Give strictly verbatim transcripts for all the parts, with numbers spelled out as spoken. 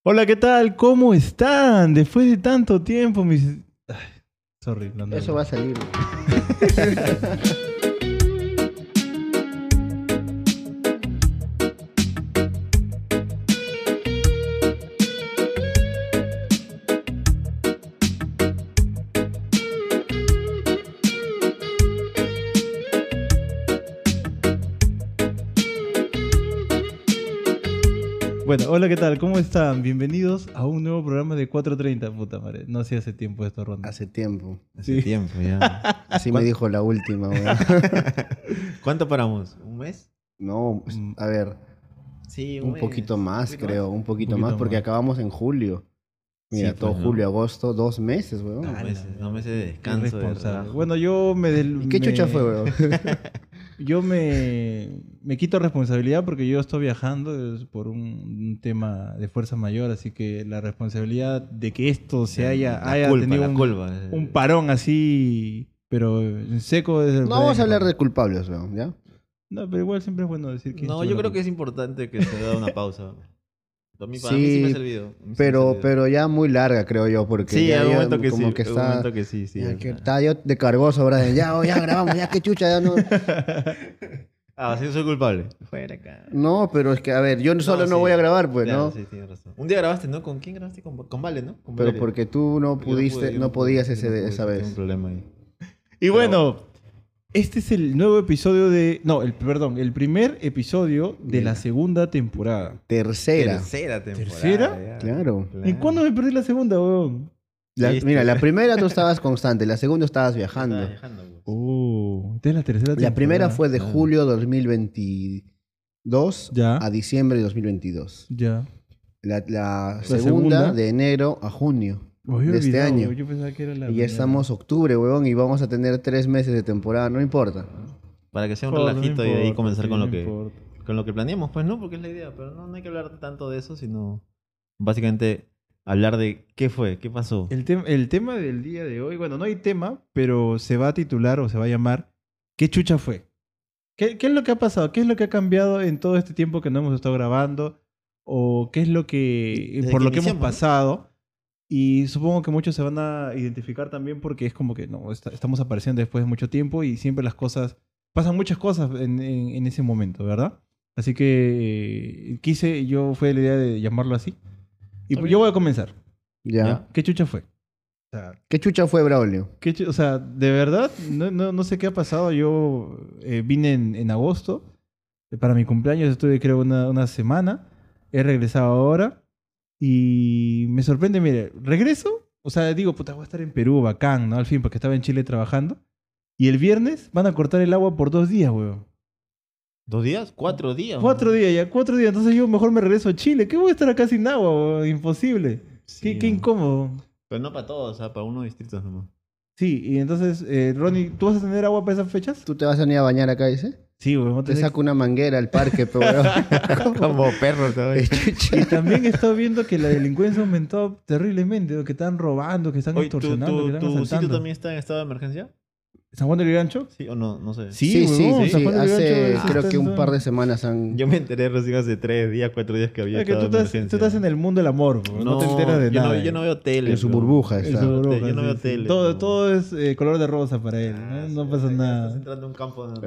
Hola, ¿qué tal? ¿Cómo están? Después de tanto tiempo, mis... Ay, sorry, no, no, Eso no. va a salir. Bueno, hola, ¿qué tal? ¿Cómo están? Bienvenidos a un nuevo programa de cuatro treinta. Puta madre, no hacía hace tiempo esto, Ronda. Hace tiempo. Hace Sí. tiempo ya. Así me dijo la última, weón. ¿Cuánto paramos? ¿Un mes? No, pues, Mm. a ver, Sí, un mes. poquito más, ¿Un poquito creo. más? Un poquito, poquito más, porque más. acabamos en julio. Mira, Sí, todo pues, ¿no? julio, agosto, dos meses, weón. Dos Ah, meses, la dos meses de Qué descanso. De responsable. relajo. Bueno, yo me... del- ¿Y qué me- chucha fue, weón? Yo me, me quito responsabilidad porque yo estoy viajando es por un, un tema de fuerza mayor, así que la responsabilidad de que esto se haya, La haya culpa, tenido la un, culpa. un parón así, pero en seco es el No vamos a hablar Freddy. de culpables, weón, ¿ya? No, pero igual siempre es bueno decir que... No, yo creo que es importante que se dé una pausa. A mí, para mí sí me ha servido. A mí sí me ha pero, servido. pero ya muy larga, creo yo, porque Sí, ya, hay un ya momento que como sí. que hay un está... momento que sí, sí. ya o que sea. está yo de cargoso, ahora ya, oh, ya grabamos, ya, qué chucha, ya no... Ah, sí, soy culpable. Fuera acá. No, pero es que, a ver, yo solo no, sí. voy a grabar, pues, Claro, ¿no? Sí, tienes razón. Un día grabaste, ¿no? ¿Con quién grabaste? Con, con Vale, ¿no? Con Pero Valeria. porque tú no Porque yo pudiste, pude, yo no pude, podías yo ese, no pude, esa sí, vez. tengo un problema ahí. Y bueno, este es el nuevo episodio de... No, el, perdón, el primer episodio de De la la- segunda temporada. Tercera. Tercera temporada. ¿Tercera? ya. Claro. ¿Y cuándo me perdí la segunda, weón? La- Listo. mira, la primera tú estabas constante, la segunda estabas viajando. Estaba viajando, pues. Oh, esta es la tercera temporada. La primera fue de claro. julio de dos mil veintidós Ya. a diciembre de dos mil veintidós. Ya. La, la segunda, segunda. de enero a junio Me había de este olvidado, año. Yo pensaba que era la Y ya primera. estamos octubre, weón, y vamos a tener tres meses de temporada, no importa. Para que sea un Joder, no relajito y de ahí importa, comenzar sí, con lo no que importa. con lo que planeamos, pues no, porque es la idea, pero no, no hay que hablar tanto de eso, sino básicamente hablar de qué fue, qué pasó. El, tem- el tema del día de hoy, bueno, no hay tema, pero se va a titular o se va a llamar ¿Qué chucha fue? ¿Qué, qué es lo que ha pasado? ¿Qué es lo que ha cambiado en todo este tiempo que no hemos estado grabando? ¿O qué es lo que, Desde por que lo que hemos iniciamos, ¿no? pasado? Y supongo que muchos se van a identificar también porque es como que no, está- estamos apareciendo después de mucho tiempo y siempre las cosas, pasan muchas cosas en, en- en ese momento, ¿verdad? Así que eh, quise, yo fue la idea de llamarlo así. Y Ok. yo voy a comenzar. Ya. Ya. ¿Qué chucha fue? O sea, ¿Qué chucha fue, Braulio? ¿qué chu- o sea, de verdad, no, no, no sé qué ha pasado. Yo eh, vine en, en agosto. eh, Para mi cumpleaños estuve creo una, una semana. He regresado ahora. Y me sorprende, mire, regreso. O sea, digo, puta, voy a estar en Perú, bacán, ¿no? Al fin, porque estaba en Chile trabajando. Y el viernes van a cortar el agua por dos días, weón. ¿Dos días? ¿Cuatro días? Cuatro días ya, cuatro días. Entonces yo mejor me regreso a Chile. ¿Qué voy a estar acá sin agua, weón? Imposible. Sí, qué, qué ¿no? incómodo. Pero no para todos, o sea, para unos distritos nomás. Sí, y entonces, eh, Ronnie, ¿tú vas a tener agua para esas fechas? ¿Tú te vas a venir a bañar acá, dice? Sí, weón. Te saco una manguera al parque, pero weón. Como perro todavía. Y también he estado viendo que la delincuencia ha aumentado terriblemente, ¿no? Que están robando, que están Oye, ¿tu, extorsionando, tu, que están tu sitio asaltando. también está en estado de emergencia? ¿San Juan del Gancho? ¿Sí o no? No sé. Sí, Sí, sí, huevón, sí. San Juan del Hace, Gancho es- creo está que en- un par de semanas han... Yo me enteré recién hace tres días, cuatro días que había Es que estado tú de estás, emergencia. tú estás en el mundo del amor, bro. no, te enteras de yo nada. No, yo no veo tele. En su bro. burbuja En está. su burbuja, Yo no sí, veo sí. tele. Todo, no. todo es eh, color de rosa para él, ¿no? Ah, No sí, pasa ya Estás nada. entrando a un campo de...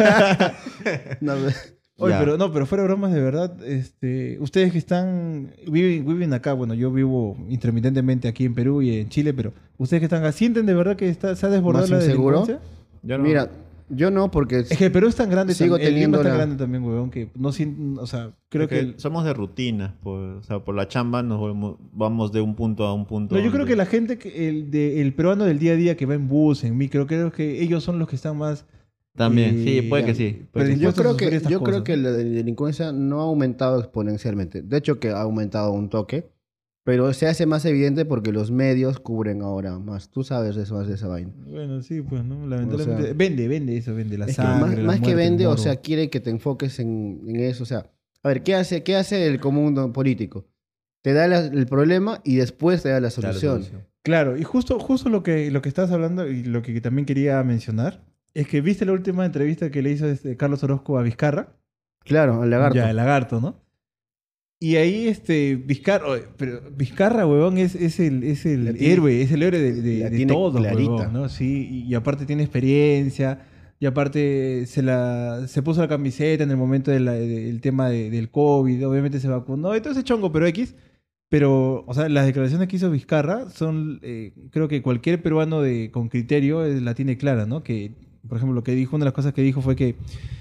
No, Oye, Ya. pero no, pero fuera de bromas, de verdad, este, ustedes que están, viven, viven acá, bueno, yo vivo intermitentemente aquí en Perú y en Chile, pero ustedes que están, ¿sienten de verdad que está, se ha desbordado ¿Más la inseguro? delincuencia? Yo no- Mira, yo no, porque... Es que el Perú es tan grande, Sigo también, el Lima teniendo es tan la- grande también, weón, que no sienten, o sea, creo es que... que el- somos de rutina, pues, o sea, por la chamba nos volvemos- vamos de un punto a un punto. no, yo creo donde- que la gente, que el, de, el peruano del día a día que va en bus, en micro, creo que ellos son los que están más... También, eh, sí, puede que ya, sí. pero puede que sí. Yo dispuestos a creo sufrir que, estas yo creo cosas, que ¿no? la delincuencia no ha aumentado exponencialmente. De hecho, que ha aumentado un toque, pero se hace más evidente porque los medios cubren ahora más. Tú sabes de eso, más de esa vaina. Bueno, sí, pues, ¿no? Lamentablemente. O sea, vende, vende eso, vende la Es que sangre, más, la más que muerte, el vende, o morbo. sea, quiere que te enfoques en, en eso. O sea, a ver, ¿qué hace, qué hace el común político? Te da la- el problema y después te da la Da la solución. solución. Claro, y justo, justo lo que, lo que estás hablando y lo que también quería mencionar es que viste la última entrevista que le hizo este Carlos Orozco a Vizcarra. Claro, el lagarto. Ya, el lagarto, ¿no? Y ahí, este, Vizcarra, oye, pero Vizcarra, huevón, es, es el, es el La tiene- héroe, es el héroe de, de, la de tiene todos, clarita. huevón, ¿no? Sí, y, y aparte tiene experiencia, y aparte se la se puso la camiseta en el momento de la- de- del tema de- del COVID, obviamente se vacunó, y todo ese chongo, pero X. Pero, o sea, las declaraciones que hizo Vizcarra son, eh, creo que cualquier peruano de, con criterio eh, la tiene clara, ¿no? Que, por ejemplo, lo que dijo, una de las cosas que dijo fue que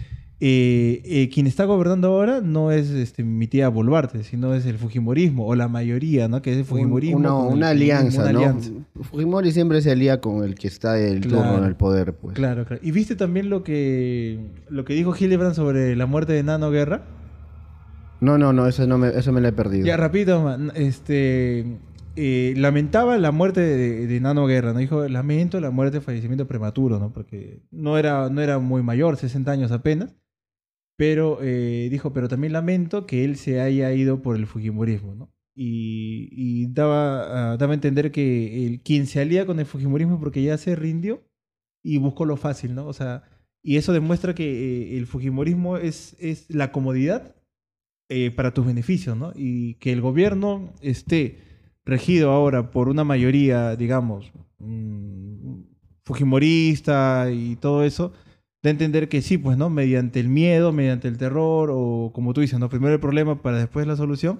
eh, eh, quien está gobernando ahora no es este, mi tía Boluarte, sino es el Fujimorismo, o la mayoría, ¿no? Que es el Un- Fujimorismo. una, con el una comunismo, alianza, una ¿no? alianza. Fujimori siempre se alía con el que está del turno Claro. en el poder, pues. Claro, claro. ¿Y viste también lo que, lo que dijo Hildebrand sobre la muerte de Nano Guerra? No, no, no, eso, no me, eso me lo he perdido. Ya, rapidito, man, este, eh, lamentaba la muerte de, de Nano Guerra, ¿no? Dijo, lamento la muerte, fallecimiento prematuro, ¿no? Porque no era, no era muy mayor, sesenta años apenas, pero eh, dijo, pero también lamento que él se haya ido por el Fujimorismo, ¿no? Y, y daba, ah, daba a entender que el, quien se alía con el Fujimorismo porque ya se rindió y buscó lo fácil, ¿no? O sea, y eso demuestra que eh, el Fujimorismo es, es la comodidad eh, para tus beneficios, ¿no? Y que el gobierno esté regido ahora por una mayoría, digamos, mm, fujimorista y todo eso, da a entender que sí, pues, ¿no? Mediante el miedo, mediante el terror, o como tú dices, ¿no? Primero el problema para después la solución,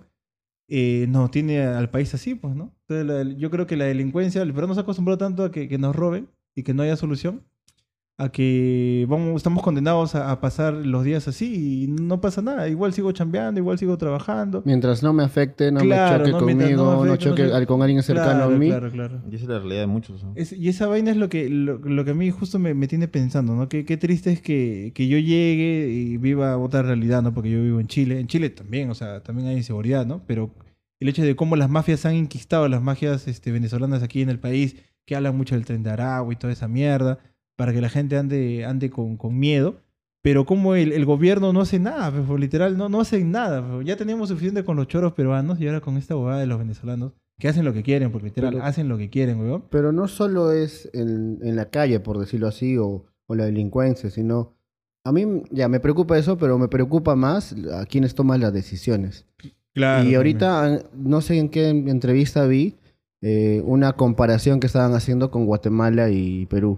eh, no, tiene al país así, pues, ¿no? Entonces, la- yo creo que la delincuencia, el peruano se acostumbró tanto a que, que nos roben y que no haya solución, a que vamos, estamos condenados a, a pasar los días así y no pasa nada. Igual sigo chambeando, igual sigo trabajando. Mientras no me afecte, no Claro, me choque ¿no? Mientras conmigo, no no, me afecte, no choque choque- al- con alguien cercano Claro, a mí. claro, claro. Y esa es la realidad de muchos, ¿no? Es- y esa vaina es lo que, lo, lo que a mí justo me, me tiene pensando, ¿no? Qué, qué triste es que, que yo llegue y viva otra realidad, ¿no? Porque yo vivo en Chile. En Chile también, o sea, también hay inseguridad, ¿no? Pero el hecho de cómo las mafias han inquistado, las mafias este, venezolanas aquí en el país, que hablan mucho del Tren de Aragua y toda esa mierda, para que la gente ande, ande con, con miedo. Pero como el, el gobierno no hace nada, pues, literal, no, no hacen nada. Pues. Ya teníamos suficiente con los choros peruanos y ahora con esta abogada de los venezolanos, que hacen lo que quieren, porque literal, Pero- hacen lo que quieren, weón. Pero no solo es en, en la calle, por decirlo así, o, o la delincuencia, sino... A mí ya me preocupa eso, pero me preocupa más a quienes toman las decisiones. Claro. Y ahorita, ah, no sé en qué entrevista vi, eh, una comparación que estaban haciendo con Guatemala y Perú.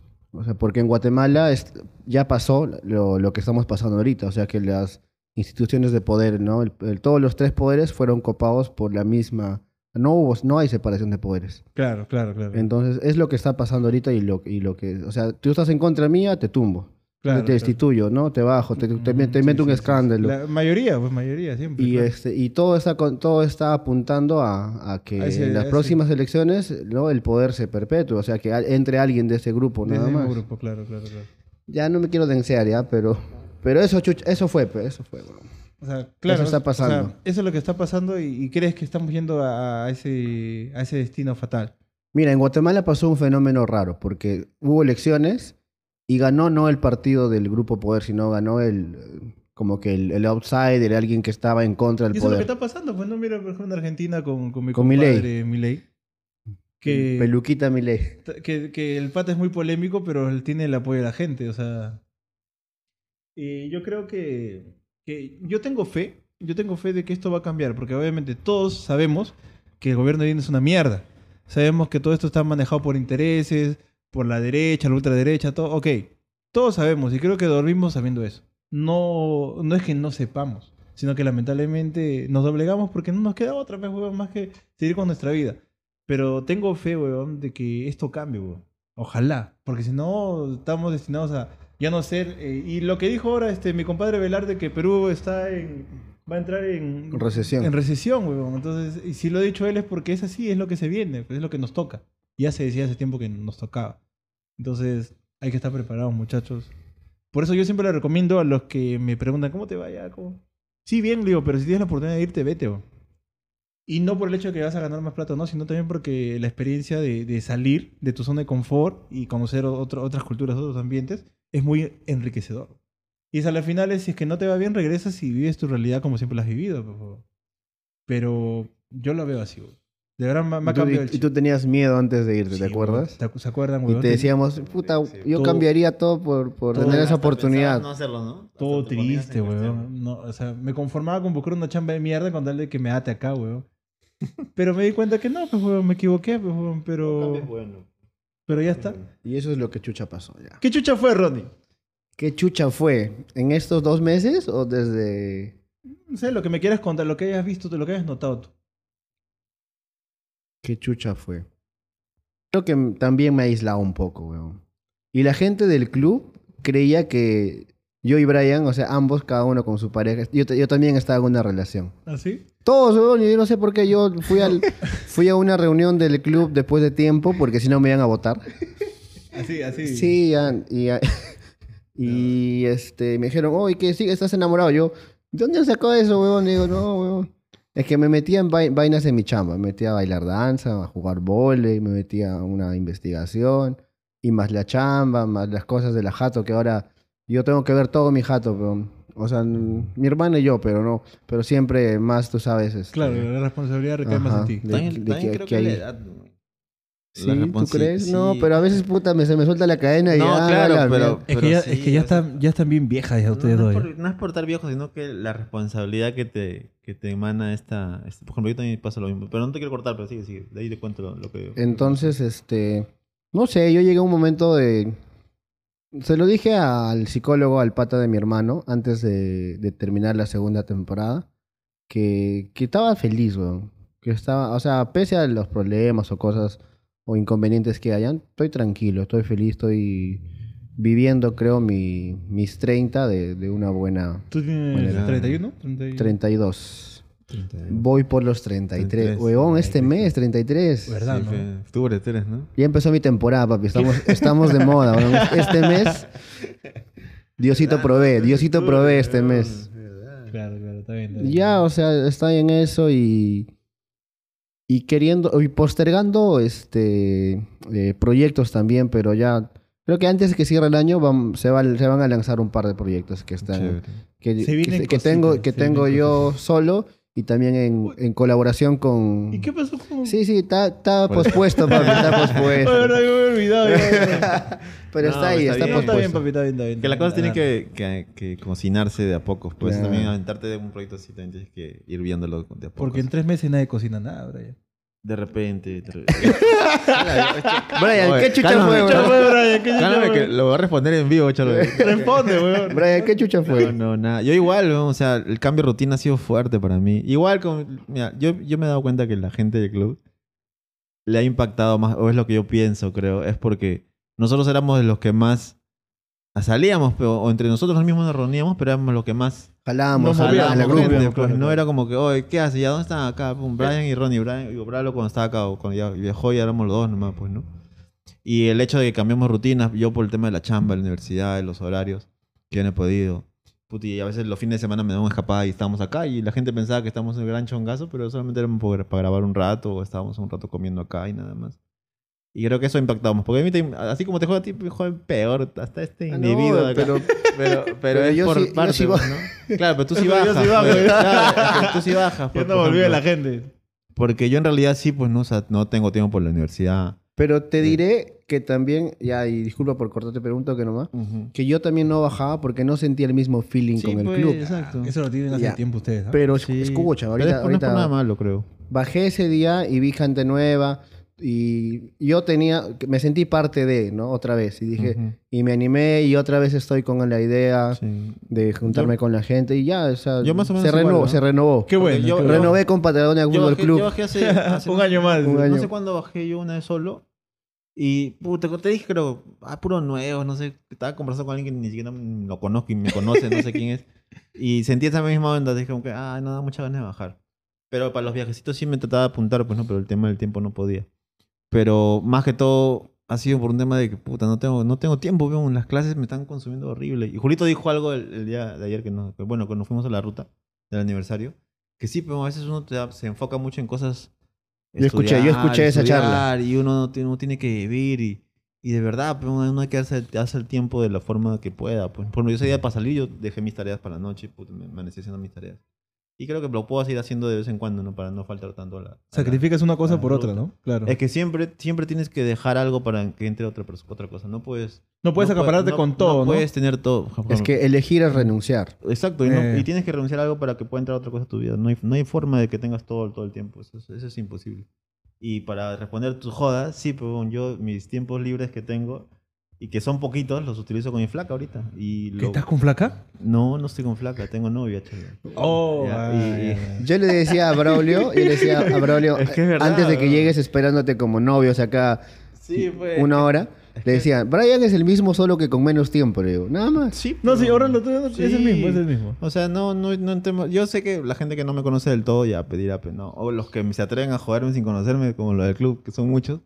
O sea, porque en Guatemala es- ya pasó lo, lo que estamos pasando ahorita. O sea, que las instituciones de poder, ¿no? El- el- todos los tres poderes fueron copados por la misma... No hubo, no hay separación de poderes. Claro, claro, claro. Entonces, es lo que está pasando ahorita y lo, y lo que... O sea, tú estás en contra mía, te tumbo. Claro, te claro. destituyo, ¿no? Te bajo, te, te, te Mm, meto sí, un sí, sí, escándalo. sí. La mayoría, pues mayoría, siempre. Y, claro. este, y todo, está con, todo está apuntando a, a que A ese- en a las ese- próximas elecciones, ¿no? El poder se perpetúe. O sea, que al- entre alguien de ese grupo, Desde nada el mismo más. grupo, claro, claro, claro. Ya no me quiero densear, ya, pero... Pero eso, chuch, eso fue, pues, eso fue. Bro. O sea, claro, está o sea, pasando. eso es lo que está pasando y, y crees que estamos yendo a, a ese, a ese destino fatal. Mira, en Guatemala pasó un fenómeno raro, porque hubo elecciones y ganó no el partido del grupo poder, sino ganó el... eh, como que el, el outsider, alguien que estaba en contra del Y eso es lo que poder. está pasando, pues no mira, por ejemplo, en Argentina con, con mi Con compadre Milei. Que, Peluquita Milei. que, que el pata es muy polémico, pero él tiene el apoyo de la gente, o sea... Y yo creo que, que yo tengo fe, yo tengo fe de que esto va a cambiar, porque obviamente todos sabemos que el gobierno de Biden es una mierda. Sabemos que todo esto está manejado por intereses, por la derecha, la ultraderecha, todo. Ok, todos sabemos y creo que dormimos sabiendo eso. No, no es que no sepamos, sino que lamentablemente nos doblegamos porque no nos queda otra vez, weón, más que seguir con nuestra vida. Pero tengo fe, weón, de que esto cambie, weón. Ojalá, porque si no estamos destinados a ya no ser... eh, y lo que dijo ahora este mi compadre Velarde, que Perú está en... va a entrar en... Recesión. En recesión, weón. Entonces, y si lo ha dicho él es porque es así, es lo que se viene, pues, es lo que nos toca. Ya se decía hace tiempo que nos tocaba. Entonces, hay que estar preparados, muchachos. Por eso yo siempre le recomiendo a los que me preguntan, ¿cómo te va ya? ¿Cómo? Sí, bien, digo, pero si tienes la oportunidad de irte, vete, weón. Y no por el hecho de que vas a ganar más plata, no, sino también porque la experiencia de, de salir de tu zona de confort y conocer otro- otras culturas, otros ambientes, es muy enriquecedor. Y a las finales, si es que no te va bien, regresas y vives tu realidad como siempre la has vivido. Por favor. Pero yo lo veo así, güey. De verdad me, me ha Tú- cambiado y, el y chip. tú tenías miedo antes de irte, Sí, ¿te acuerdas? weón. ¿Te- ¿Se acuerdan, Y weón? te decíamos, puta, Sí. yo Todo- cambiaría todo por, por todo- tener esa Hasta oportunidad. pensabas no hacerlo, ¿no? Todo Hasta te ponías triste, en cuestión. weón. No, o sea, me conformaba con buscar una chamba de mierda con tal de que me ate acá, weón. Pero me di cuenta que no, pues, weón, me equivoqué, pues, weón, Un pero... cambio es bueno. Pero ya está. Y eso es lo que chucha pasó ya. ¿Qué chucha fue, Ronnie? ¿Qué chucha fue? ¿En estos dos meses o desde...? No sé, lo que me quieras contar, lo que hayas visto, lo que hayas notado tú. ¿Qué chucha fue? Creo que m- también me ha aislado un poco, weón. Y la gente del club creía que yo y Brian, o sea, ambos, cada uno con su pareja, yo, t- yo también estaba en una relación. ¿Ah, sí? Todos, weón, y yo no sé por qué yo fui, al, fui a una reunión del club después de tiempo, porque si no me iban a votar. Así, así. Sí, ya, y, ya- y este, me dijeron, oye, que sí, estás enamorado. Yo, ¿de dónde sacó eso, weón? Y digo, no, weón. Es que me metía en vai- vainas en mi chamba. Me metía a bailar danza, a jugar vóley, me metía a una investigación. Y más la chamba, más las cosas de la jato, que ahora yo tengo que ver todo mi jato, weón. O sea, n- mi hermana y yo, pero no. Pero siempre más, tú sabes. Este, Claro, la responsabilidad recae más ajá, en ti. de- También, de también que- creo que que, la hay- edad, ¿no? Sí, La ¿tú respons- crees? sí, No, sí. pero a veces, puta, me, se me suelta la cadena y No, ya, claro, la pero- mierda. Es que, ya, sí, es que ya, o sea- están, ya están bien viejas ya No, ustedes no dos. es ya. por, no es por estar viejo, sino que la responsabilidad que te, que te emana esta, esta- Por ejemplo, yo también pasa lo mismo. Pero no te quiero cortar, pero sigue, sigue. De ahí te cuento lo, lo que... Entonces, este, no sé, yo llegué a un momento de... Se lo dije al psicólogo, al pata de mi hermano, antes de, de terminar la segunda temporada, que, que estaba feliz, weón. Que estaba, o sea, pese a los problemas o cosas o inconvenientes que hayan, estoy tranquilo, estoy feliz, estoy viviendo, creo, mi, mis treinta de, de una buena ¿Tú tienes Bueno, treinta y uno? treinta y- treinta y dos. treinta y dos. Voy por los treinta y tres. treinta y tres, Weón, este treinta y tres. mes, treinta y tres. ¿Verdad, Sí, no? fe- octubre tres, ¿no? Ya empezó mi temporada, papi. Estamos, estamos de moda. weón. Este mes, Diosito provee. Diosito provee este mes. Claro, claro, está bien. está bien. Ya, o sea, estoy en eso y... Y queriendo... Y postergando este eh, proyectos también, pero ya... Creo que antes de que cierre el año vam- se, va- se van a lanzar un par de proyectos que están... Chévere. Que, Se vienen que, que cositas, tengo, que se tengo vienen yo cositas. solo y también en, en colaboración con... ¿Y qué pasó con...? Sí, sí, está, está Bueno. pospuesto, papi, está Ay, pospuesto. no, yo me he olvidado. ya. Pero No, está ahí, está está, bien. No, está bien, pospuesto. papi, está bien, está bien. Que la cosa tiene Ah. que, que, que cocinarse de a pocos. Pues Claro. también aventarte de un proyecto así, también tienes que ir viéndolo de a pocos. Porque en tres meses nadie cocina nada, Brian. De repente... de re- Brian, Oye, ¿qué chucha cálmame, fue, ¿Qué weón? fue, Brian? ¿Qué Cálmame chucha que fue? lo voy a responder en vivo, chalo. Responde, weón. Brian, ¿qué chucha fue? No, no, nada. Yo igual, weón, o sea, el cambio de rutina ha sido fuerte para mí. Igual, con, mira, yo, yo me he dado cuenta que la gente del club le ha impactado más, o es lo que yo pienso, creo, es porque nosotros éramos de los que más salíamos, pero, o entre nosotros mismos nos reuníamos, pero éramos los que más Jalábamos, Nos jalábamos, movíamos, la nos grupo. gente, movíamos, pues, claro, no claro. era como que, oye, ¿qué haces? ¿Ya dónde están acá? Pum, Brian y Ronnie. Brian y Bralo cuando estaba acá, o cuando ya viajó, ya éramos los dos nomás, pues, ¿no? Y el hecho de que cambiamos rutinas, yo por el tema de la chamba, la universidad, de los horarios, que yo no he podido. Puti, y a veces los fines de semana me damos escapada y estábamos acá y la gente pensaba que estábamos en el gran chongazo, pero solamente éramos por- para grabar un rato o estábamos un rato comiendo acá y nada más. Y creo que eso ha impactado más. Porque a mí, te- así como te juega a ti, me juega peor. Hasta este Ah, no, individuo de acá. pero- pero, pero, pero es yo por sí- yo parte, sí pues, bajo. ¿no? Claro, pero tú sí Pero yo bajas. sí bajo, pues. ¿eh? Claro, es que tú sí bajas. Ya pues, no por volví a la ejemplo. gente. Porque yo en realidad sí, pues no, o sea, no tengo tiempo por la universidad. Pero te diré que también, ya, y disculpa por cortarte, pregunto que nomás, que yo también no bajaba porque no sentía el mismo feeling Sí, con el pues, club. exacto. Eso lo tienen hace Ya. tiempo ustedes, ¿ah? Pero Sí. escucha, Pero ahorita, es por- no es por ahorita nada malo, creo. bajé ese día y vi gente nueva y yo tenía, me sentí parte de, ¿no? Otra vez. Y dije, Ujú. y me animé y otra vez estoy con la idea Sí. de juntarme Yo- con la gente y ya, o sea, Yo más o menos se igual, renovó, ¿no? se renovó. Qué bueno. Porque yo- qué yo- bueno. Renové con Patagonia Yo Fútbol bajé, Club. yo bajé hace, hace Un no sé- año más. Un No año. sé cuándo bajé yo una vez solo. Y, puta, te dije, creo, ah, puro nuevo, no sé. Estaba conversando con alguien que ni siquiera lo conozco y me conoce, no sé quién es. Y sentí esa misma onda, dije como que, ah, no da muchas ganas de bajar. Pero para los viajecitos sí me trataba de apuntar, pues no, pero el tema del tiempo no podía. Pero más que todo ha sido por un tema de que, puta, no tengo, no tengo tiempo, weón, las clases me están consumiendo horrible. Y Julito dijo algo el, el día de ayer, que, no, que, bueno, cuando fuimos a la ruta del aniversario, que sí, pero a veces uno te da- se enfoca mucho en cosas. Yo escuché- yo escuché esa charla. estudiar, Y uno, no tiene- uno tiene que vivir y, y de verdad, pero uno hay que darse, darse el tiempo de la forma que pueda. Pues. Por ejemplo, yo ese día para salir, yo dejé mis tareas para la noche, puta, me amanecí haciendo mis tareas. Y creo que lo puedo seguir haciendo de vez en cuando, ¿no? Para no faltar tanto a la... a la- Sacrificas una cosa a la por otra, ruta. ¿no? Claro. Es que siempre, siempre tienes que dejar algo para que entre otra, perso- otra cosa. No puedes... No puedes no pue- acapararte no- con todo, ¿no? No puedes tener todo. Es que elegir es renunciar. Exacto, y, no- Eh. y tienes que renunciar a algo para que pueda entrar otra cosa a tu vida. No hay, no hay forma de que tengas todo todo el tiempo. Eso, es- eso es imposible. Y para responder tu joda, sí, pero yo mis tiempos libres que tengo, y que son poquitos, los utilizo con mi flaca ahorita. Y ¿Qué lo- estás con flaca? No, no estoy con flaca, tengo novia, chaval. Oh, Ya, ah, y- y- ya. Yo le decía a Braulio, yo le decía a Braulio, Es que es verdad, antes de que weón. llegues esperándote como novios acá Sí, pues. una hora, le decía, Brian es el mismo solo que con menos tiempo, le digo, nada más. Sí, No, sí, pero- ahora lo tengo. Es el Sí. mismo, es el mismo. O sea, no, no, no entremos- Yo sé que la gente que no me conoce del todo ya pedirá, pero no. O los que se atreven a joderme sin conocerme, como los del club, que son muchos,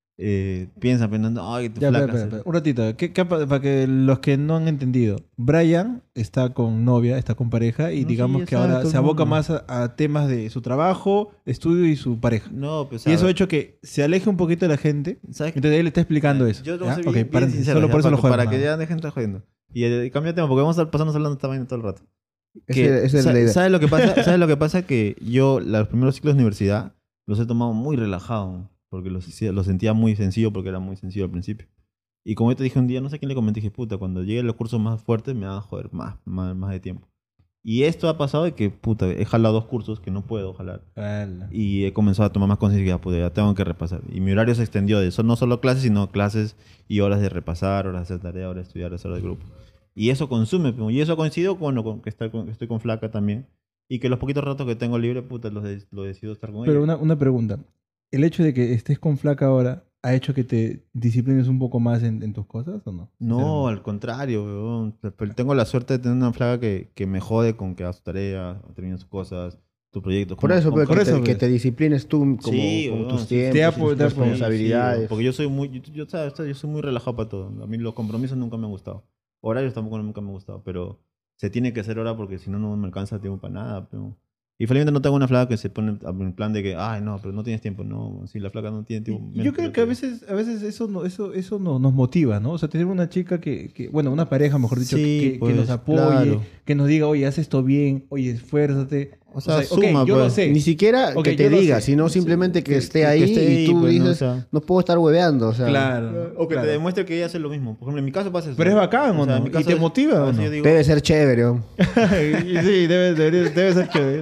eh, piensan pensando, ay, tu Ya, flaca. espera, se- espera, espera. Un ratito. ¿Qué- qué pa- para que los que no han entendido. Brian está con novia, está con pareja y No, digamos sí, que ya sabe ahora todo el se aboca mundo. más a, a temas de su trabajo, estudio y su pareja. No, pues. Y a eso ha ver, hecho que se aleje un poquito de la gente. ¿sabes qué? Entonces él está explicando eso. Yo te voy ¿ya? a ser Ok, bien, bien paréntesis, sincero, solo ya, por eso para, lo juego. para que ya dejen de estar jodiendo. Y eh, cambia de tema, porque vamos a pasarnos hablando de esta vaina todo el rato. Ese- Que, esa es sa- la idea. ¿Sabes lo que pasa? ¿Sabes lo que pasa? Que yo, los primeros ciclos de universidad, los he tomado muy relajado. Porque los, hacía- los sentía muy sencillo, porque era muy sencillo al principio. Y como yo te dije un día, no sé a quién le comenté, dije, puta, cuando lleguen los cursos más fuertes me van a joder más, más, más de tiempo. Y esto ha pasado de que, puta, he jalado dos cursos que no puedo jalar. Ala. Y he comenzado a tomar más conciencia que ya, puta, ya tengo que repasar. Y mi horario se extendió de eso, no solo clases, sino clases y horas de repasar, horas de hacer tarea, horas de estudiar, horas de grupo. Y eso consume, pues, y eso coincido con, con que, estar con- que estoy con flaca también. Y que los poquitos ratos que tengo libre, puta, los de- lo decido estar con Pero ella. una, una pregunta. ¿El hecho de que estés con flaca ahora ha hecho que te disciplines un poco más en, en tus cosas o no? No, al contrario, weón. Pero tengo la suerte de tener una flaca que, que me jode con que haga su tarea, termine sus cosas, tus proyectos. Por como- eso, como- pero por que, eso, te, que pues. te disciplines tú como, Sí, como weón, tus sí. tiempos, Te y apo- tus te apoyo. responsabilidades. Sí, porque yo soy muy, yo, yo, sabes, yo soy muy relajado para todo. A mí los compromisos nunca me han gustado. Horarios tampoco nunca me han gustado, pero se tiene que hacer ahora porque si no, no me alcanza tiempo para nada. Pero... Y felizmente no tengo una flaca que se pone en plan de que, ay, no, pero no tienes tiempo. No, si la flaca no tiene tiempo. Y yo creo que a veces, a veces eso, no, eso, eso no, nos motiva, ¿no? O sea, tener una chica que, que bueno, una pareja, mejor dicho, Sí, que, que pues, nos apoye, claro. que nos diga, oye, haz esto bien, oye, esfuérzate. O sea, ok, suma, yo lo pues. sé. Ni siquiera Ok, que yo te lo diga, sé. sino simplemente que que- esté que ahí esté y ahí, tú pues, ¿no? O dices, sea. no puedo estar hueveando. O sea, Claro. O que claro. te demuestre que ella hace lo mismo. Por ejemplo, en mi caso pasa eso. Pero es bacán, ¿o sea, en no? mi ¿Y caso te es- motiva, o así no? yo digo, Debe ser chévere. ¿no? Y sí, debe, debe, debe ser chévere.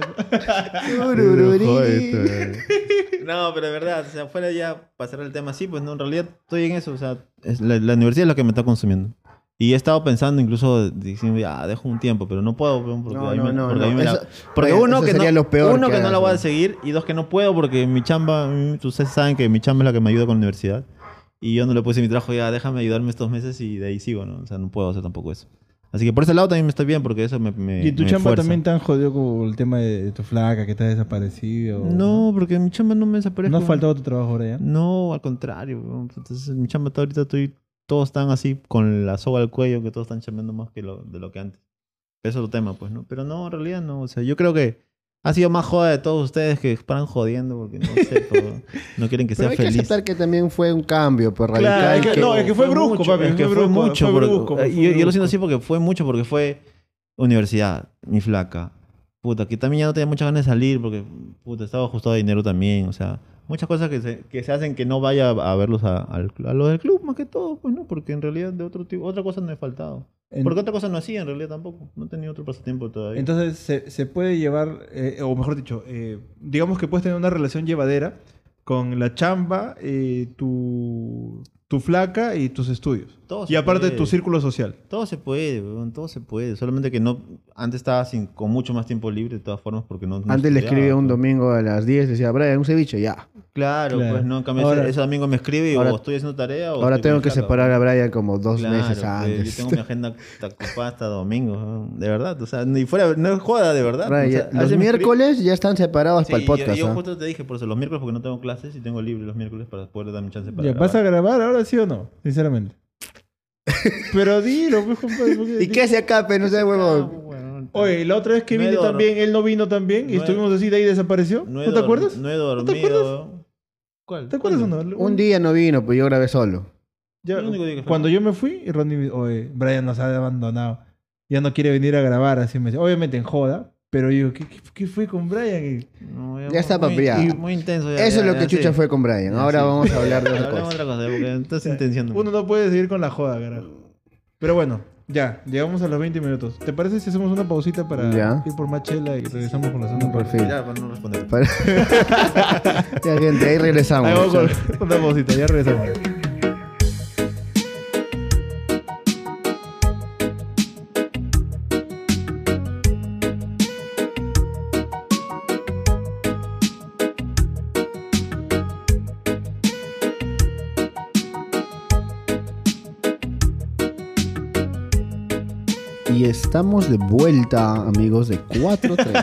No, pero de verdad, o sea, fuera ya pasar el tema así, pues no, en realidad estoy en eso, o sea, es la, la universidad es lo que me está consumiendo. Y he estado pensando incluso diciendo, ya, dejo un tiempo, pero no puedo, pues, porque No, a mí no, me- no, porque a mí no, me la- eso- porque Oye, uno eso que sería no, lo peor uno que que no hagas, la voy a ¿no? seguir y dos que no puedo porque mi chamba, mm, ustedes saben que mi chamba es la que me ayuda con la universidad y yo no le puse mi trabajo, ya déjame ayudarme estos meses y de ahí sigo, ¿no? O sea, no puedo hacer tampoco eso. Así que por ese lado también me estoy bien porque eso me, me ¿Y tu me chamba fuerza. también te han jodido con el tema de, de tu flaca, que te ha desaparecido? No, porque mi chamba no me desaparece. ¿No ha faltado tu trabajo ahora ya? No, al contrario. weón. Entonces, mi chamba está ahorita estoy, todos están así con la soga al cuello, que todos están chambeando más que lo, de lo que antes. Eso es otro tema, pues, ¿no? Pero no, en realidad no. O sea, yo creo que ha sido más joda de todos ustedes que paran jodiendo porque no sé, pero no quieren que Pero sea hay que feliz. aceptar que también fue un cambio, pues radical. Claro, es que- que- no, es que fue brusco, mucho, papi, es que fue fue brusco, mucho. fue porque- brusco, fue yo, yo lo brusco. siento así porque fue mucho, porque fue universidad, mi flaca. Puta, que también ya no tenía muchas ganas de salir porque, puta, estaba ajustado de dinero también. O sea, muchas cosas que se, que se hacen que no vaya a, a verlos a, al- a lo del club más que todo, pues no, porque en realidad de otro tipo, otra cosa no he faltado. En- Porque otra cosa no hacía en realidad tampoco. No tenía otro pasatiempo todavía. Entonces, se, se puede llevar, eh, o mejor dicho, eh, digamos que puedes tener una relación llevadera con la chamba, eh, tu, tu flaca y tus estudios. Todo Y se aparte puede. tu círculo social. Todo se puede, weón, todo se puede. Solamente que no, antes estaba sin, con mucho más tiempo libre de todas formas porque no. no Antes le estudiaba, escribía un pues. domingo a las diez, decía, Brian, un ceviche, ya. Claro, Claro. pues no, en cambio Ahora- ese, ese domingo me escribe y ahora- o estoy haciendo tarea o Ahora estoy tengo con que mi flaca, separar a weón. Brian como dos Claro, meses pues, antes. Yo tengo mi agenda ocupada hasta domingo, weón, de verdad. O sea, ni fuera, no es joda, de verdad. Brian, O sea, ya- a los veces me escribe- miércoles ya están separados Sí, para el podcast. Yo, yo ¿ah? justo te dije por eso, los miércoles porque no tengo clases y tengo libre los miércoles para poder darme chance para Ya, ¿vas a grabar ahora sí o no? Sinceramente. Pero dilo, pues, compadre. porque- ¿Y qué hace acá, pe? No sé, huevón. Oye, la otra vez que No he vine dor- también, él no vino también y no he- estuvimos así, de ahí desapareció. No, ¿No, te acuerdas? No he te dormido. ¿Cuál? ¿Te acuerdas o ¿Cuándo? no? Un día no vino, pues yo grabé solo. Ya, El único día que fue. cuando yo me fui, y Ronnie me oye, Brian nos ha abandonado. Ya no quiere venir a grabar, así me dice. Obviamente en joda, Pero yo, ¿qué, qué, qué fue con Brian? Y- No, Ya está, muy, papi, ya. muy- Muy intenso. ya, Eso ya, es lo ya, que Chucha sí. fue con Brian. Ya, Ahora sí. vamos a hablar de otra Hablemos cosa. de otra cosa, porque estás intenciando. Uno no puede seguir con la joda, carajo. Pero bueno, ya, llegamos a los veinte minutos. ¿Te parece si hacemos una pausita para Ya. ir por más chela y regresamos con la segunda Por parte? fin. Ya, para no responder. Para- ya, gente, ahí regresamos. Ahí vamos con una pausita, ya regresamos. Y estamos de vuelta, amigos de cuatro tres.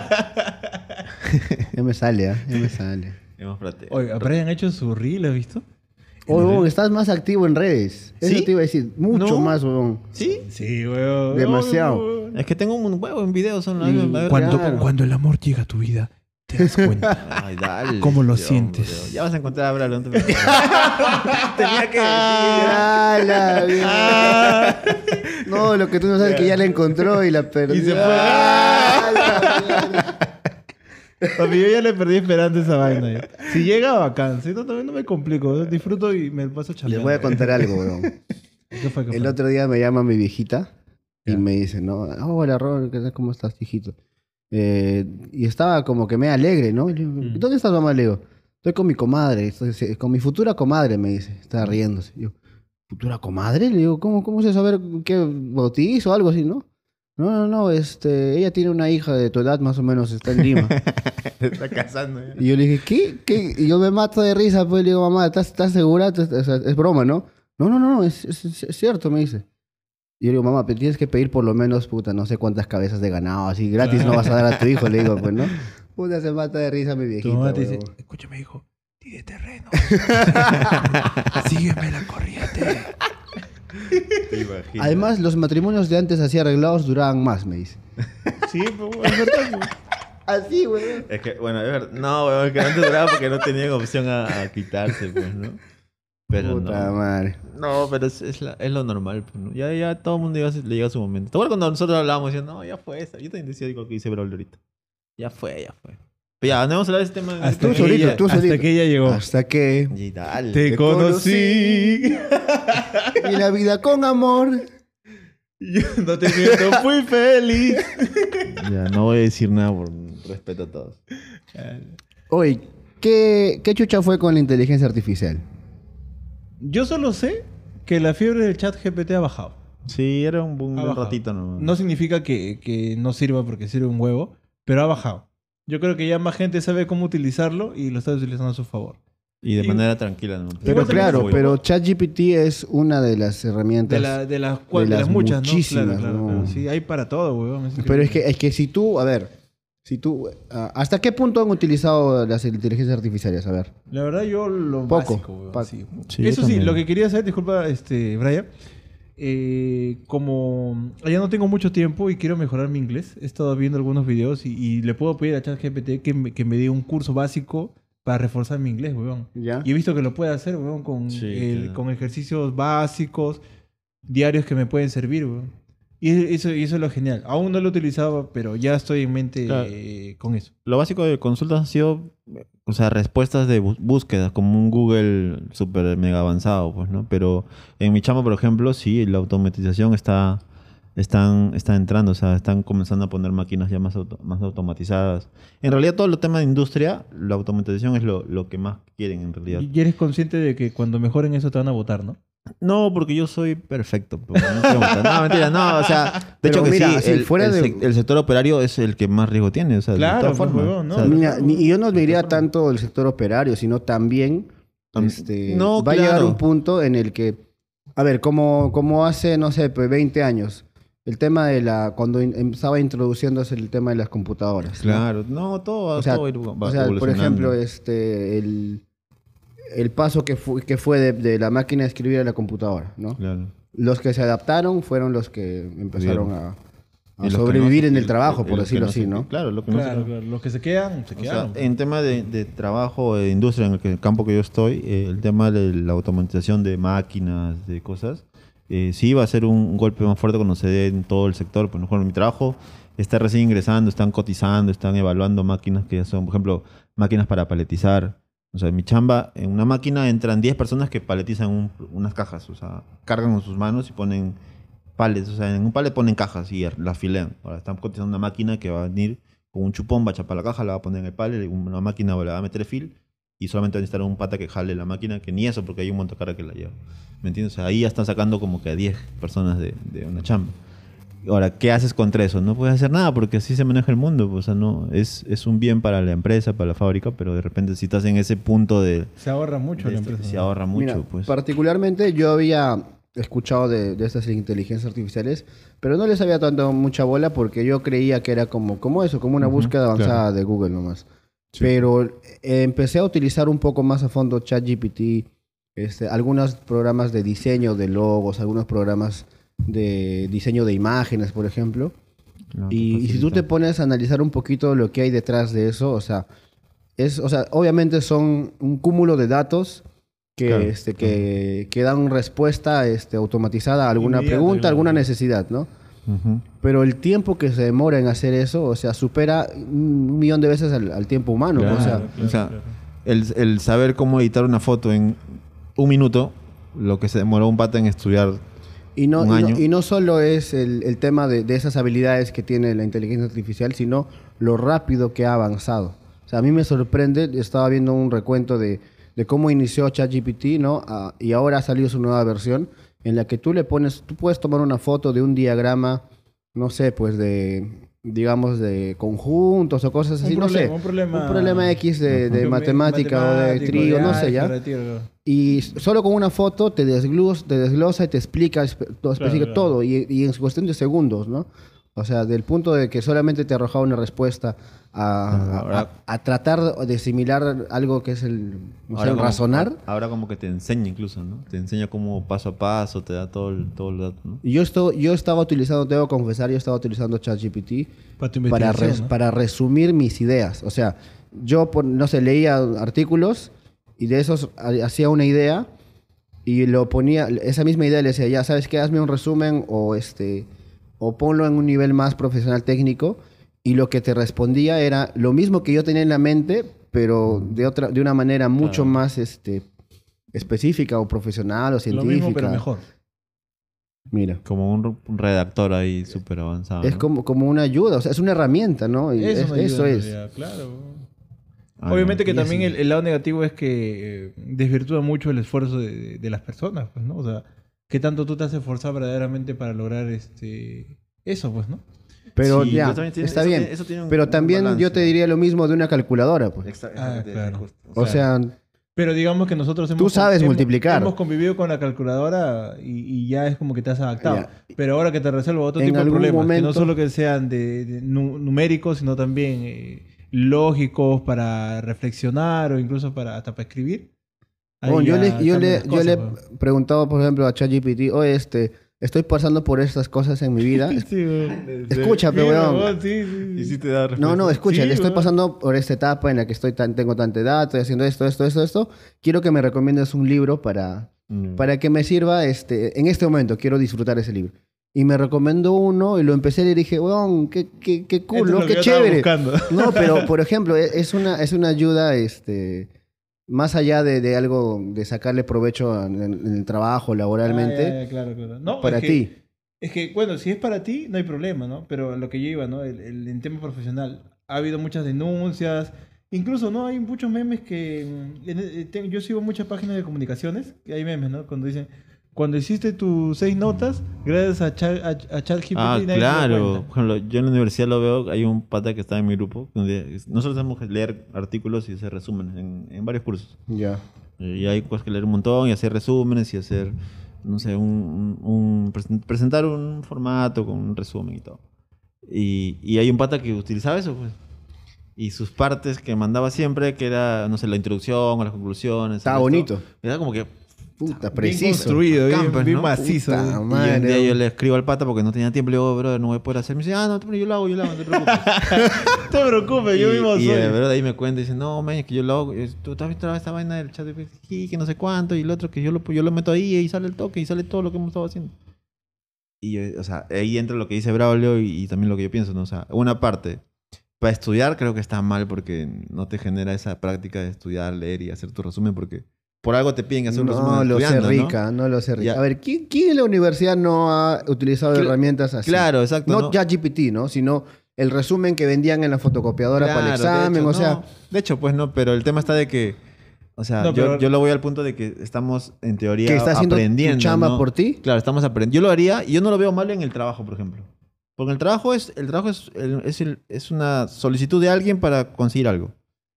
Ya me sale, ¿ah? Ya me sale. Hemos plateado. Oye, Brian ha hecho su reel, ¿has visto? Oye, huevón, estás más activo en redes. Eso ¿Sí? te iba a decir. Mucho No. más, huevón. ¿Sí? Sí, weón. Demasiado. Weón. Es que tengo un huevo en videos. Son Y- a ver, Cuando, Claro. cuando el amor llega a tu vida, te das cuenta. Ay, dale. ¿Cómo lo Dios, sientes? Dios. Ya vas a encontrar a Bralo. No te preocupes. Tenía que decir. Ah, la mierda. No, lo que tú no sabes es que ya la encontró y la perdió. Y se fue. Ah, la mierda. Papi, yo ya le perdí esperanza a esa vaina. ya. Si llega, bacán. Si no, también no me complico. Disfruto y me paso Les chambeando. voy a contar algo, weón. ¿Qué fue, qué El fue? otro día me llama mi viejita y Ya. me dice, ¿no? "Oh, hola, Ron, ¿qué tal? ¿Cómo estás, hijito? Eh, y estaba como que me alegre, ¿no? Y le digo, Mm. ¿dónde estás, mamá? Le digo, estoy con mi comadre, estoy- con mi futura comadre, me dice. Estaba riéndose. Yo, ¿futura comadre? Le digo, ¿cómo, cómo se saber qué bautizo o algo así, no? No, no, no, este, ella tiene una hija de tu edad más o menos, está en Lima. Te está casando. ya. Y yo le dije, ¿qué? ¿Qué? Y yo me mato de risa, pues le digo, mamá, ¿estás, estás segura? O sea, es broma, ¿no? No, no, no, es, es- es- es cierto, me dice. Y yo le digo, mamá, pero tienes que pedir por lo menos, puta, no sé cuántas cabezas de ganado, así gratis no vas a dar a tu hijo, le digo, pues, ¿no? Puta, se mata de risa mi Tu viejita, mamá te dice, huevón. escúchame, hijo, tire terreno. Sígueme la corriente. Te imaginas. Además, los matrimonios de antes así arreglados duraban más, me dice. Sí, pues, es verdad. pues. Así, weón. Es que, bueno, es verdad. No, weón, es que antes duraba porque no tenían opción a, a quitarse, pues, ¿no? Pero Puta no. madre. No, pero es, es, la- es lo normal, pues, ¿no? Ya, ya todo el mundo llega, a su- le llega su momento. ¿Te acuerdas cuando nosotros hablábamos diciendo, no, ya fue esa? Yo también decía lo que dice Braulio ahorita. Ya fue, ya fue. Pero ya, no vamos a hablar de ese tema. Hasta, Tú que solito, ella, tú hasta solito. que ella llegó. Hasta que... Y dale. Te te conocí. Y la vida con amor. Yo no te miento, fui feliz. Ya, no voy a decir nada por respeto a todos. Oye, ¿qué, ¿qué chucha fue con la inteligencia artificial? Yo solo sé que la fiebre del chat G P T ha bajado. Sí, era un, un Ha buen bajado. ratito nomás. No significa que, que no sirva porque sirve un huevo, pero ha bajado. Yo creo que ya más gente sabe cómo utilizarlo y lo está utilizando a su favor. Y de Y- manera tranquila, ¿no? Pero Igual también claro, es un pero huevo. ChatGPT es una de las herramientas. De, la, de, las, cua- de de las las muchas, muchísimas, ¿no? Claro, claro, ¿no? claro. Sí, hay para todo, huevón. Es Pero increíble. es que, es que si tú, a ver, si tú, ah, ¿hasta qué punto han utilizado las inteligencias artificiales? A ver. La verdad, yo lo Poco. básico, huevón, Pa- sí. Sí, Eso yo sí, también. lo que quería hacer, disculpa, este, Brian, eh, como ya no tengo mucho tiempo y quiero mejorar mi inglés, he estado viendo algunos videos y, y le puedo pedir a ChatGPT que me, que me dé un curso básico para reforzar mi inglés, huevón. ¿Ya? Y he visto que lo puede hacer, weón, con, Sí, el- claro. con ejercicios básicos, diarios que me pueden servir, weón. Y eso, y eso es lo genial. Aún no lo utilizaba, pero ya estoy en mente Claro. eh, con eso. Lo básico de consultas ha sido, o sea, respuestas de bú- búsqueda, como un Google súper mega avanzado, pues, ¿no? Pero en mi chamba, por ejemplo, sí, la automatización está, están, está entrando, o sea, están comenzando a poner máquinas ya más, auto- más automatizadas. En realidad, todo el tema de industria, la automatización es lo, lo que más quieren, en realidad. Y eres consciente de que cuando mejoren eso te van a votar, ¿no? No, porque yo soy perfecto. pues, no, quiero matar. No, mentira, no, o sea, de Pero hecho que mira, sí, así, el, fuera el de- sec- el sector operario es el que más riesgo tiene, o sea, de Claro, todas pues, formas. huevón, no, O sea, no, Mira, ni- y yo no me iría Totalmente. tanto el sector operario, sino también Am- este, no, va a llegar claro. un punto en el que, a ver, como, como hace, no sé, pues veinte años, el tema de la, cuando in- empezaba introduciéndose el tema de las computadoras. ¿no? Claro, no, todo, va- O sea, todo va a ir- va O sea, por evolucionando. ejemplo, este, el, el paso que, fu- que fue de, de la máquina de escribir a la computadora, ¿no? Claro. Los que se adaptaron fueron los que empezaron Bien. a, a Y los que sobrevivir no, en y- el trabajo, y por los que decirlo no así, se- ¿no? Claro, lo que no se- Claro, claro. Los que se quedan, se O sea, quedan. en tema de, de trabajo, de industria, en el, que- el campo que yo estoy, eh, el tema de la automatización de máquinas, de cosas, eh, sí va a ser un, un golpe más fuerte cuando se dé en todo el sector. Por ejemplo, mi trabajo está recién ingresando, están cotizando, están evaluando máquinas que ya son, por ejemplo, máquinas para paletizar. O sea, en mi chamba, en una máquina entran diez personas que paletizan un- unas cajas. O sea, cargan con sus manos y ponen palets. O sea, en un palet ponen cajas y las filean. Ahora están cotizando una máquina que va a venir con un chupón, va a chapar la caja, la va a poner en el palet, una máquina le va a meter fil y solamente va a necesitar un pata que jale la máquina, que ni eso, porque hay un montacarga que la lleva. ¿Me entiendes? O sea, ahí ya están sacando como que a diez personas de, de una chamba. Ahora, ¿qué haces contra eso? No puedes hacer nada porque así se maneja el mundo. O sea, no, es, es un bien para la empresa, para la fábrica, pero de repente si estás en ese punto de... Se ahorra mucho de la esto, empresa. se ¿no? ahorra mucho, Mira, pues. particularmente yo había escuchado de, de estas inteligencias artificiales, pero no les había dado mucha bola porque yo creía que era como, como eso, como una Ujú, búsqueda avanzada claro. de Google nomás. Pero eh, empecé a utilizar un poco más a fondo ChatGPT, este, algunos programas de diseño de logos, algunos programas de diseño de imágenes, por ejemplo. No, te Y, y si tú facilita. te pones a analizar un poquito lo que hay detrás de eso, o sea, es, o sea, obviamente son un cúmulo de datos que, Claro, este, que, que dan respuesta este, automatizada a alguna Inmediata, pregunta, claro. alguna necesidad, ¿no? Ujú. Pero el tiempo que se demora en hacer eso, o sea, supera un millón de veces al, al tiempo humano. Claro. O sea, Claro, o sea, claro. el, el saber cómo editar una foto en un minuto, lo que se demoró un pata en estudiar y no, un y no, año. y no solo es el, el tema de, de esas habilidades que tiene la inteligencia artificial, sino lo rápido que ha avanzado. O sea, a mí me sorprende, estaba viendo un recuento de, de cómo inició ChatGPT, ¿no? Ah, y ahora ha salido su nueva versión en la que tú le pones, tú puedes tomar una foto de un diagrama, no sé, pues de, digamos, de conjuntos o cosas Un así, no problema, sé. un problema- Un problema X de, de Geome- matemática o de matemático, trío, de no sé ya. álgebra, de trío. Y solo con una foto te desglosa, te desglosa y te explica, espe- todo, especifica claro. todo, y, y en cuestión de segundos, ¿no? O sea, del punto de que solamente te arrojaba una respuesta a, Claro, a- ahora- a- a tratar de asimilar algo que es el, no sé, Ahora el como- razonar. Ahora como que te enseña incluso, ¿no? Te enseña cómo paso a paso, te da todo el, todo el dato, ¿no? Y Yo, esto, yo estaba utilizando, tengo que confesar, yo estaba utilizando ChatGPT Para tu para, investigación, res- ¿no? para resumir mis ideas. O sea, yo, por- no sé, leía artículos y de esos ha- hacía una idea y lo ponía, esa misma idea le decía, ya, ¿sabes qué? Hazme un resumen o, este, o ponlo en un nivel más profesional técnico. Y lo que te respondía era lo mismo que yo tenía en la mente, pero de, otra, de una manera mucho Claro. más este, específica o profesional o Lo científica. mismo, pero mejor. Mira. Como un, un redactor ahí súper avanzado. Es ¿no? como, como una ayuda, o sea, es una herramienta, ¿no? Y Es es- una ayuda eso en es. realidad, claro. Ah, Obviamente no. que Y también así- el, el lado negativo es que eh, desvirtúa mucho el esfuerzo de, de las personas, pues, ¿no? O sea, ¿qué tanto tú te has esforzado verdaderamente para lograr este eso, pues, ¿no? Pero Sí, ya, pero también tiene- está eso bien. tiene- eso tiene un- pero un también balance. yo te diría lo mismo de una calculadora, pues. Exacto, Ah, exacto, claro. justo. O sea, Pero digamos que nosotros hemos... Tú sabes hemos- multiplicar. Hemos convivido con la calculadora y, y ya es como que te has adaptado. Ya. Pero ahora que te resuelva otro En tipo de algún problemas, que no momento- solo que sean de, de nu- numéricos, sino también eh, lógicos para reflexionar o incluso para hasta para escribir. Ahí bueno, yo ya le, yo cambian le, las yo cosas, le pues. he preguntado, por ejemplo, a ChatGPT, oye, este, estoy pasando por estas cosas en mi vida. Sí, weón. Escucha, pe, Mira, weón. weón, sí, sí, Y sí. sí te da No, respuesta. no, escucha, Sí, le estoy weón. pasando por esta etapa en la que estoy tan, tengo tanta edad, estoy haciendo esto, esto, esto, esto. Quiero que me recomiendes un libro para, Mm. para que me sirva este, en este momento. Quiero disfrutar ese libro. Y me recomendó uno y lo empecé a leer y dije, weón, qué, qué, qué cool, Esto es ¿no? lo que Qué yo estaba chévere. buscando. No, pero por ejemplo, e- es una, es una ayuda, este, más allá de, de algo, de sacarle provecho en, en el trabajo, laboralmente, Ah, ya, ya, claro, claro. No, para es que- ti. Es que, bueno, si es para ti, no hay problema, ¿no? Pero a lo que yo iba, ¿no? El, el- en tema profesional, ha habido muchas denuncias. Incluso, ¿no? Hay muchos memes que... mm, en- eh, te- yo sigo muchas páginas de comunicaciones y hay memes, ¿no? Cuando dicen, cuando hiciste tus seis notas, gracias a, Chat- a, a ChatGPT, Ah, nadie se dio claro. cuenta. Por ejemplo, yo en la universidad lo veo, hay un pata que está en mi grupo. Donde nosotros tenemos que leer artículos y hacer resúmenes en, en varios cursos. Ya. Y hay cosas que leer un montón y hacer resúmenes y hacer, no sé, un, un- un- presen- presentar un formato con un resumen y todo. Y, y hay un pata que utilizaba eso, pues. Y sus partes que mandaba siempre, que era, no sé, la introducción o las conclusiones. Estaba esto, bonito. Era como que Puta, Bien preciso. construido, bien, Campos, bien ¿no? macizo. Puta ¿eh? Y un madre. día yo le escribo al pata porque no tenía tiempo. Le digo, brother, no voy a poder hacer. Me dice, ah, no, pero yo lo hago, yo lo hago, no te preocupes. No te preocupes, yo y, mismo y soy. de verdad ahí me cuenta y dice, no, man, es que yo lo hago. Es- Tú te has visto esta vaina del chat de P C, que no sé cuánto. Y el otro que yo lo, yo lo meto ahí y sale el toque y sale todo lo que hemos estado haciendo. Y, eh, o sea, ahí entra lo que dice Braulio y, y también lo que yo pienso, ¿no? O sea, una parte, para estudiar creo que está mal porque no te genera esa práctica de estudiar, leer y hacer tu resumen porque por algo te piden hacer un resumen No lo sé estudiando, ¿no? rica, no lo sé rica. Ya. A ver, ¿quién, quién en la universidad no ha utilizado Cl- herramientas así? Claro, exacto. No, ¿no? ya G P T, ¿no? Sino el resumen que vendían en la fotocopiadora para el Claro, de examen, hecho, o sea... no. De hecho, pues no, pero el tema está de que, o sea, No, yo, pero- yo lo voy al punto de que estamos en teoría ¿Que está haciendo aprendiendo, tu chamba ¿no? por ti? Claro, estamos aprendiendo. Yo lo haría y yo no lo veo mal en el trabajo, por ejemplo. Porque el trabajo es, el trabajo es, el- es, el- es una solicitud de alguien para conseguir algo.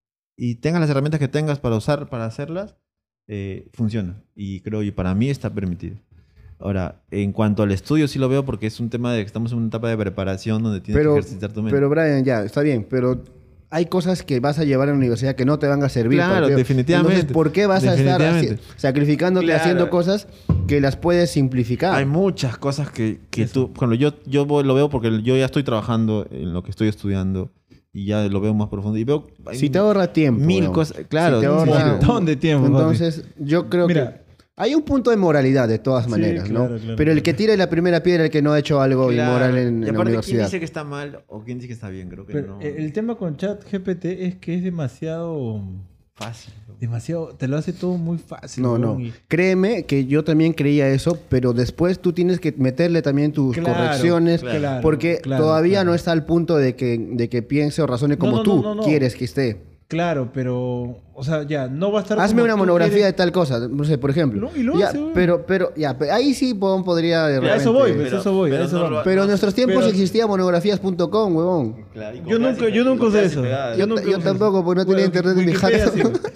Y tengas las herramientas que tengas para usar, para hacerlas, eh, funciona. Y creo, y para mí está permitido. Ahora, en cuanto al estudio, sí lo veo porque es un tema de que estamos en una etapa de preparación donde tienes Pero, que ejercitar tu mente. pero Brian, ya, está bien, pero hay cosas que vas a llevar a la universidad que no te van a servir. Claro, para el- definitivamente. Entonces, ¿por qué vas a estar Definitivamente. haci- sacrificándote Claro. haciendo cosas que las puedes simplificar? Hay muchas cosas que, que tú... Cuando yo, yo voy- lo veo porque yo ya estoy trabajando en lo que estoy estudiando y ya lo veo más profundo. Y veo... hay Si te ahorra tiempo. mil weón. cosas... Claro. Si te un ahorra- montón de tiempo, papi. Entonces, yo creo Mira. que hay un punto de moralidad de todas Sí, maneras, ¿no? claro, claro, Pero el claro. que tira la primera piedra es el que no ha hecho algo Claro. inmoral en, Y en la aparte, ¿quién universidad. dice que está mal o quién dice que está bien? Creo que Pero no. el el tema con ChatGPT es que es demasiado... Fácil. Demasiado... Te lo hace todo muy fácil. No, no. weón, y- Créeme que yo también creía eso, pero después tú tienes que meterle también tus Claro, correcciones, claro, porque claro, todavía claro. no está al punto de que, de que piense o razone como no, tú no, no, no. quieres que esté. Claro, pero... O sea, ya, no va a estar... Hazme como una tú monografía quieres. de tal cosa, no sé, por ejemplo. No, y lo Ya, hace, weón. pero, pero, ya, pe- ahí sí po- podría de Ya, repente- eso voy, pues, Pero- eso voy, pero a eso no vamos. lo- Pero en nuestros tiempos Pero- existía monografías punto com, huevón. Claro, y con Yo casi- nunca, yo nunca usé casi eso. pegada. Yo, nunca yo usé tampoco, porque no eso. tenía Bueno, internet en mi Wikipedia jato.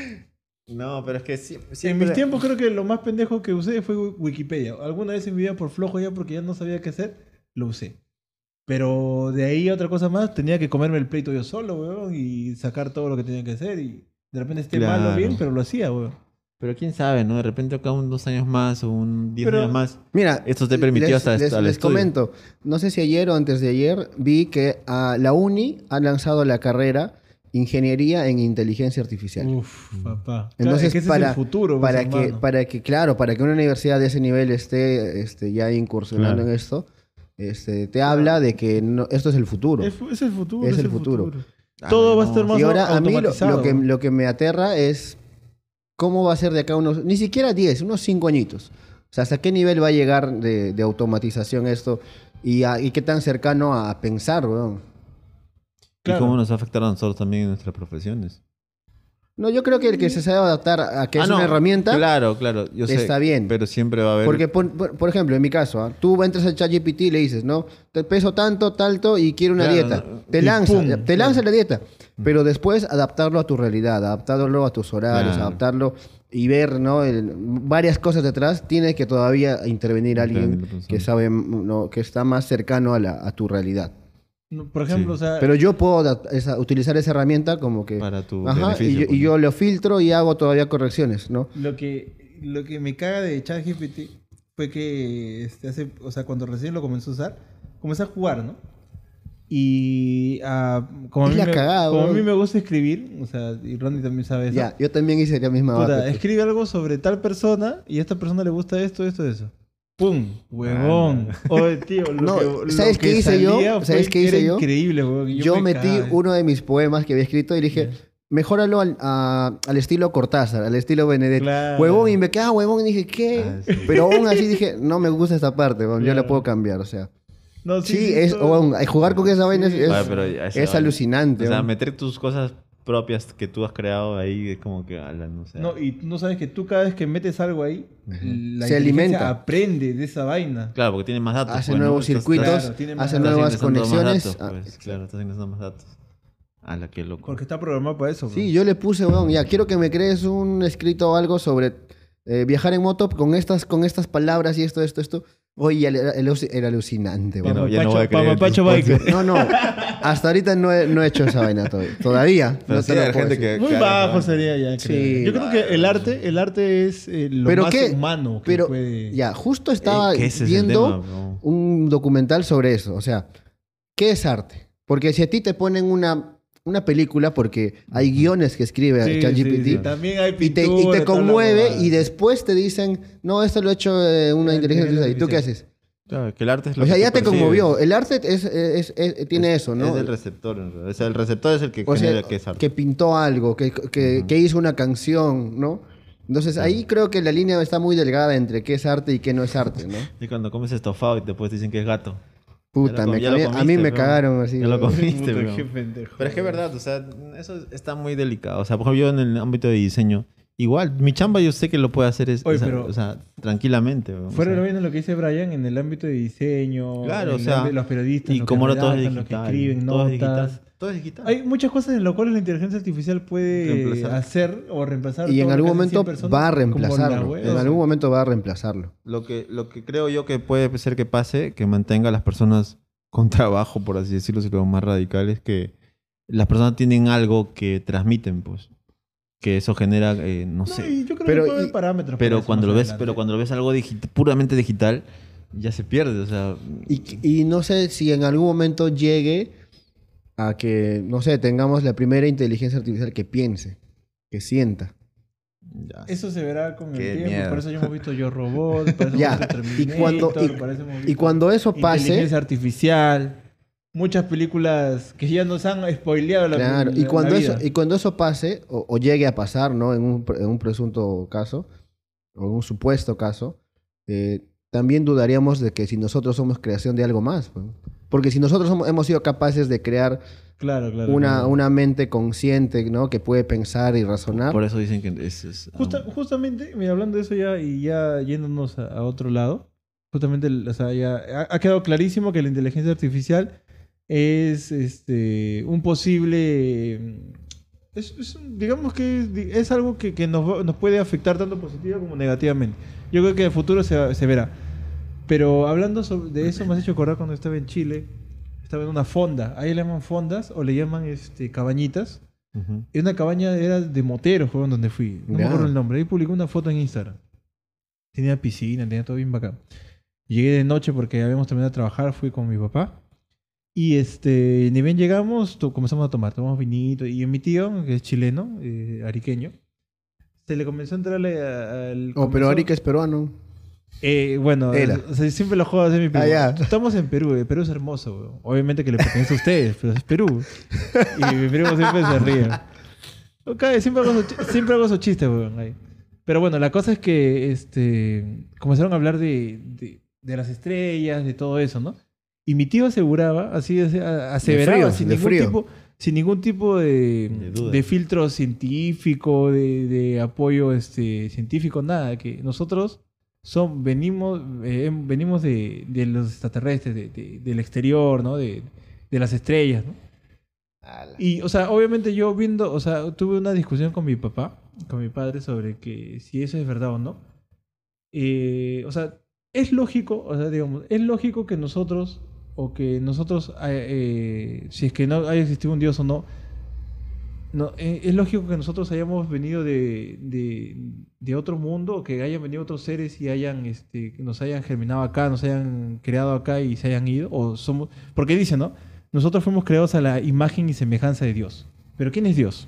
sí. No, pero es que sí, En siempre... mis tiempos creo que lo más pendejo que usé fue Wikipedia. Alguna vez en mi vida por flojo ya porque ya no sabía qué hacer, lo usé. Pero de ahí a otra cosa más, tenía que comerme el pleito yo solo, weón, y sacar todo lo que tenía que hacer. Y de repente esté mal o Claro. bien, pero lo hacía, weón. Pero quién sabe, ¿no? De repente acá un dos años más o un diez Pero- años más. Mira, Esto te permitió les, hasta les, al les estudio. comento, no sé si ayer o antes de ayer vi que ah, la uni ha lanzado la carrera Ingeniería en Inteligencia Artificial. Uf, papá. Entonces, Claro, es que ese para, es el futuro, para pues, que, hermano. para que, claro, para que una universidad de ese nivel esté este, ya incursionando Claro. en esto, este, te habla de que no- esto es el futuro. Es, fu- es el futuro. Es el futuro. Ah, Todo va a no. estar más Y ahora a mí lo, automatizado. lo que, lo que me aterra es cómo va a ser de acá unos, ni siquiera diez, unos cinco añitos. O sea, hasta qué nivel va a llegar de, de automatización esto y, a- y qué tan cercano a pensar, weón. ¿Y Claro. cómo nos va a afectar a nosotros también en nuestras profesiones? No, yo creo que el que se sabe adaptar a que Ah, es no, una herramienta, Claro, claro. Yo sé, está bien. Pero siempre va a haber... porque por, por- por ejemplo, en mi caso, ¿ah? tú entras a ChatGPT y le dices, ¿no? Te peso tanto, tanto y quiero una Claro, dieta. no, Te y lanza, pum, te lanza claro. la dieta. Pero después adaptarlo a tu realidad, adaptarlo a tus horarios, Claro. adaptarlo y ver, ¿no? El- varias cosas detrás. Tiene que todavía intervenir alguien Intervenir la persona. que sabe, ¿no? Que está más cercano a, la, a tu realidad. No, Por ejemplo, Sí. o sea... Pero yo puedo adap- esa- utilizar esa herramienta como que... Para tu Ajá, beneficio, y, yo, pues, y ¿no? yo lo filtro y hago todavía correcciones, ¿no? Lo que, lo que me caga de ChatGPT fue que este, hace, o sea, cuando recién lo comencé a usar, comencé a jugar, ¿no? Y ah, como, a Es mí la me, cagada, como a weón. mí me gusta escribir, o sea, y Randy también sabe eso. Ya, yo también hice la misma Puta, vaca. escribe algo sobre tal persona y a esta persona le gusta esto, esto, eso. ¡Pum! ¡Huevón! Oye, tío, lo No, que, lo ¿sabes que qué hice yo? salía fue- ¿Sabes qué hice era yo? increíble, huevón. y Yo, me metí cagaba. uno de mis poemas que había escrito y dije, Ya. mejóralo al, a- al estilo Cortázar, al estilo Benedetti. Claro. Huevón, y me quedaba huevón y dije, ¿qué? Ah, sí. Pero aún así dije, no me gusta esta parte, huevón, yo la Claro. puedo cambiar, o sea. No, Sí, es, huevón, jugar con esa vaina es, es- Vale, pero a ese es vale. alucinante. O sea, huevón. meter tus cosas propias que tú has creado ahí es como que... ala, no sé. No, y tú no sabes que tú cada vez que metes algo ahí, la Se inteligencia alimenta. aprende de esa vaina. Claro, porque tiene más datos. Hace pues, ¿no? nuevos Estás- circuitos, Claro, tiene más hace datos. estás nuevas ingresando más conexiones. datos, Ah, pues, exacto. claro, estás ingresando más datos. A la que loco. Porque está programado para eso. Sí, pues. yo le puse, weón, ya quiero que me crees un escrito o algo sobre eh, viajar en moto con estas, con estas palabras y esto, esto, esto. Oye, era, era era alucinante, Ya weón. no, ya no voy a creer Pamapacho tus Biker. No, no. Hasta ahorita no he, no he hecho esa vaina todavía. Todavía. Pero no sí te lo hay puedo gente decir. que- Muy Claro, bajo claro. sería ya. Sí. creo. Yo creo que el arte, el arte es eh, lo Pero más qué, humano que pero puede. ya, justo estaba Eh, que ese es el viendo tema, bro. un documental sobre eso. O sea, ¿qué es arte? Porque si a ti te ponen una, una película, porque hay guiones que escribe Sí, ChatGPT, sí, sí. También hay y te, y pintura, te toda la conmueve huevada. y después te dicen, no, esto lo ha hecho eh, una La inteligencia inteligencia artificial. ¿Y tú qué artificial. haces? Claro, que el arte es lo O sea, que ya tú te percibes. conmovió. El arte es, es- es- es- tiene Es- eso, ¿no? Es el receptor, en realidad. O sea, el receptor es el que O sea, genera que es arte. que pintó algo, que, que- Ujú. que hizo una canción, ¿no? Entonces Claro. ahí creo que la línea está muy delgada entre qué es arte y qué no es arte, ¿no? Y cuando comes estofado y después dicen que es gato. Puta, Ya lo com- me- ya a, lo mí, a comiste, mí me pero- cagaron así. ya lo ¿no? comiste, Puta, bro. qué pendejo. Pero es que es verdad, o sea, eso está muy delicado. O sea, por ejemplo, yo en el ámbito de diseño, igual, mi chamba yo sé que lo puede hacer es, Oye, o sea, pero- o sea, tranquilamente. bro. O Fuera sea, lo mismo lo que dice Brian en el ámbito de diseño, Claro, en o el sea, ámbito de los periodistas, y los como que ahora todo es redactan, los que digital. escriben todo es notas. digital. Todo es digital. Hay muchas cosas en las cuales la inteligencia artificial puede Reemplazar. hacer o reemplazar. Y en todo lo algún que hacen momento cien personas, va a como las reemplazarlo. huevas. En algún momento va a reemplazarlo. Lo que, lo que creo yo que puede ser que pase, que mantenga a las personas con trabajo, por así decirlo, si lo más radical, es que las personas tienen algo que transmiten, pues. Que eso genera, eh, no No, sé. y yo creo Pero que puede y- haber parámetros. para Pero eso cuando más lo ves, adelante. pero cuando lo ves algo digi- puramente digital, ya se pierde. O sea, Y, y no sé si en algún momento llegue a que, no sé, tengamos la primera inteligencia artificial que piense, que sienta. ya. Eso se verá con el Qué tiempo. miedo. Por eso ya hemos visto Yo Robot, por eso Ya, hemos visto y Terminator, cuando- y- por eso hemos Y visto cuando eso pase, Inteligencia artificial, muchas películas que ya nos han spoileado la, claro, la- y cuando la eso, vida. y cuando eso pase, o, o llegue a pasar, ¿no? En un, pre- en un presunto caso, o en un supuesto caso, eh, también dudaríamos de que si nosotros somos creación de algo más. pues. Porque si nosotros somos- hemos sido capaces de crear Claro, claro. una, claro. una mente consciente, ¿no? Que puede pensar y razonar. Por eso dicen que es... es Justa- justamente, mira, hablando de eso ya y ya yéndonos a, a otro lado, justamente, el- o sea, ya ha, ha quedado clarísimo que la inteligencia artificial es este un posible... Es, es un- digamos que es, di- es algo que, que nos, va- nos puede afectar tanto positiva como negativamente. Yo creo que en el futuro se, se verá. Pero hablando sobre- de eso, me has hecho acordar cuando estaba en Chile, estaba en una fonda. Ahí le llaman fondas o le llaman este, cabañitas. Ujú. Y una cabaña era de moteros, fue donde fui. No me Ya. acuerdo el nombre. Ahí publicó una foto en Instagram. Tenía piscina, tenía todo bien bacán. Llegué de noche porque habíamos terminado de trabajar, fui con mi papá. Y este, ni bien llegamos, to- comenzamos a tomar, tomamos vinito. Y mi tío, que es chileno, eh, ariqueño, se le comenzó a entrarle a- al... Oh, pero comenzó- Arica es peruano. eh, bueno, Era. o sea, siempre lo juego a hacer mi primo. Ah, ya. Estamos en Perú, eh, Perú es hermoso, weón. Obviamente que le pertenece a ustedes, pero es Perú. Y mi primo siempre se ríe. Ok, siempre hago esos, chi- siempre hago esos chistes, weón. ahí. Pero bueno, la cosa es que este, comenzaron a hablar de, de, de las estrellas, de todo eso, ¿no? Y mi tío aseguraba, así ase- a- aseveraba, frío, sin, de ningún frío. tipo, sin ningún tipo de, De duda. de filtro científico, de, de apoyo este, científico, nada, que nosotros son, venimos, eh, venimos de, de los extraterrestres, de- de- del exterior, ¿no? De, de las estrellas, ¿no? Y, o sea, obviamente yo viendo, o sea, tuve una discusión con mi papá, con mi padre, sobre que si eso es verdad o no. Eh, o sea, es lógico, o sea, digamos, es lógico que nosotros, o que nosotros, eh, eh, si es que no haya existido un Dios o no, no eh, es lógico que nosotros hayamos venido de, de, de otro mundo, o que hayan venido otros seres y hayan, este, que nos hayan germinado acá, nos hayan creado acá y se hayan ido, o somos, porque dice, ¿no? Nosotros fuimos creados a la imagen y semejanza de Dios. ¿Pero quién es Dios?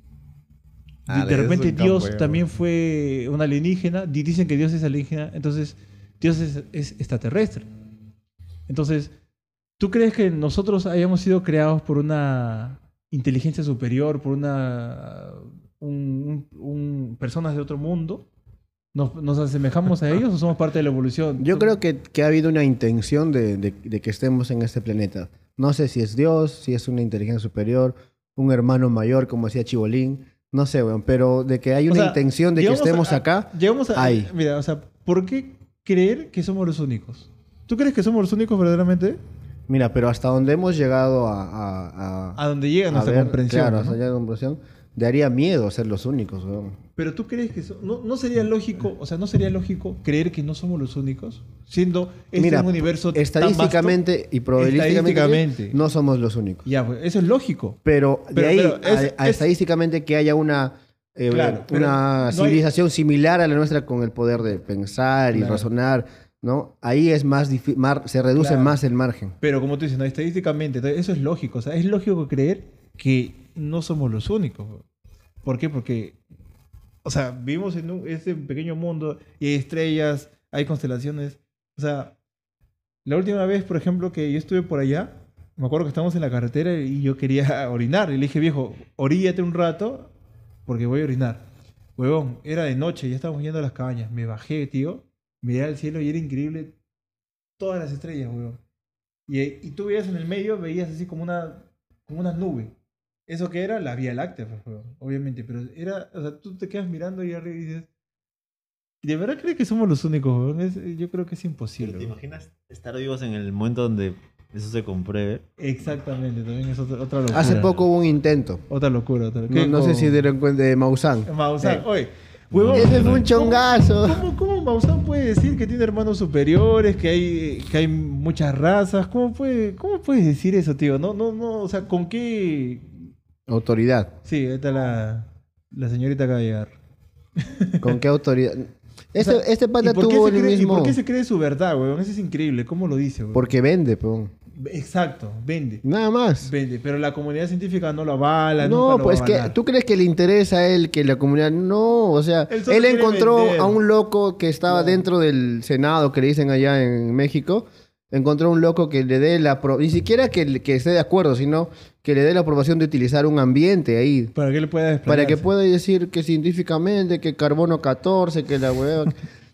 Ah, de es repente un Dios campo, ya, también güey. fue un alienígena. Di- Dicen que Dios es alienígena. Entonces, Dios es, es extraterrestre. Entonces, ¿tú crees que nosotros hayamos sido creados por una inteligencia superior, por una un, un- un- personas de otro mundo? ¿Nos, nos asemejamos a ellos o somos parte de la evolución? Yo creo que, que ha habido una intención de, de- de que estemos en este planeta. No sé si es Dios, si es una inteligencia superior, un hermano mayor, como decía Chibolín. No sé, weón, pero de que hay O una sea, intención de que llegamos estemos a- acá. Llegamos a... hay. Mira, o sea, ¿por qué creer que somos los únicos? ¿Tú crees que somos los únicos verdaderamente? Mira, pero hasta donde hemos llegado a... a, a- A donde llega a nuestra ver, comprensión. Claro, ¿no? hasta allá de comprensión. daría miedo ser los únicos, weón. Pero tú crees que eso, no, no sería lógico, o sea, no sería lógico creer que no somos los únicos, siendo este Mira, un universo tan estadísticamente y probabilísticamente Estadísticamente. no somos los únicos. vasto. Ya, pues, eso es lógico. Pero de Pero- ahí pero es- a, a es- estadísticamente que haya una, eh, Claro, pero una no hay- civilización similar a la nuestra con el poder de pensar y Claro. razonar, ¿no? Ahí es más, difi- mar- se reduce Claro. más el margen. Pero como tú dices, no, estadísticamente, entonces, eso es lógico. O sea, es lógico creer que no somos los únicos. ¿Por qué? Porque, o sea, vivimos en un- este pequeño mundo y hay estrellas, hay constelaciones. O sea, la última vez, por ejemplo, que yo estuve por allá, me acuerdo que estábamos en la carretera y yo quería orinar. Y le dije, viejo, oríllate un rato porque voy a orinar. Huevón, era de noche, ya estábamos yendo a las cabañas. Me bajé, tío, miré al cielo y era increíble todas las estrellas, huevón. Y, y tú veías en el medio, veías así como una, como una nube. ¿Eso qué era? La Vía Láctea, pues, huevón, obviamente. Pero era, o sea, tú te quedas mirando ahí arriba y dices, ¿de verdad crees que somos los únicos, huevón? Es- yo creo que es imposible. ¿Te huevón. imaginas estar vivos en el momento donde eso se compruebe? Exactamente, también es otra, otra locura. Hace poco hubo un intento. Otra locura. Otra, No, ¿qué? no sé Con si dieron cuenta de Maussan. Maussan. Eh. Oye, huevón, Ese fue un ¿cómo- chongazo. ¿Cómo, cómo Maussan puede decir que tiene hermanos superiores, que hay, que hay muchas razas? ¿Cómo, puede, ¿Cómo puedes decir eso, tío? No, no, no, o sea, ¿con qué? Autoridad. Sí, ahí está la, la señorita acaba de llegar. ¿Con qué autoridad? Este, O sea, este pata ¿y por qué tuvo se el cree- ¿Y mismo... por qué se cree su verdad, weón? Eso es increíble. ¿Cómo lo dice, weón? Porque vende, peón. Exacto, vende. Nada más. Vende, pero la comunidad científica no lo avala. No, nunca lo pues va a que avalar. tú crees que le interesa a él que la comunidad. No, o sea, Él solo él quiere encontró vender. a un loco que estaba Claro. dentro del Senado, que le dicen allá en México. Encontró un loco que le dé la apro- ni siquiera que, que esté de acuerdo, sino que le dé la aprobación de utilizar un ambiente ahí. Para que él pueda Para que explayarse. pueda decir que científicamente, que carbono catorce, que la hueva.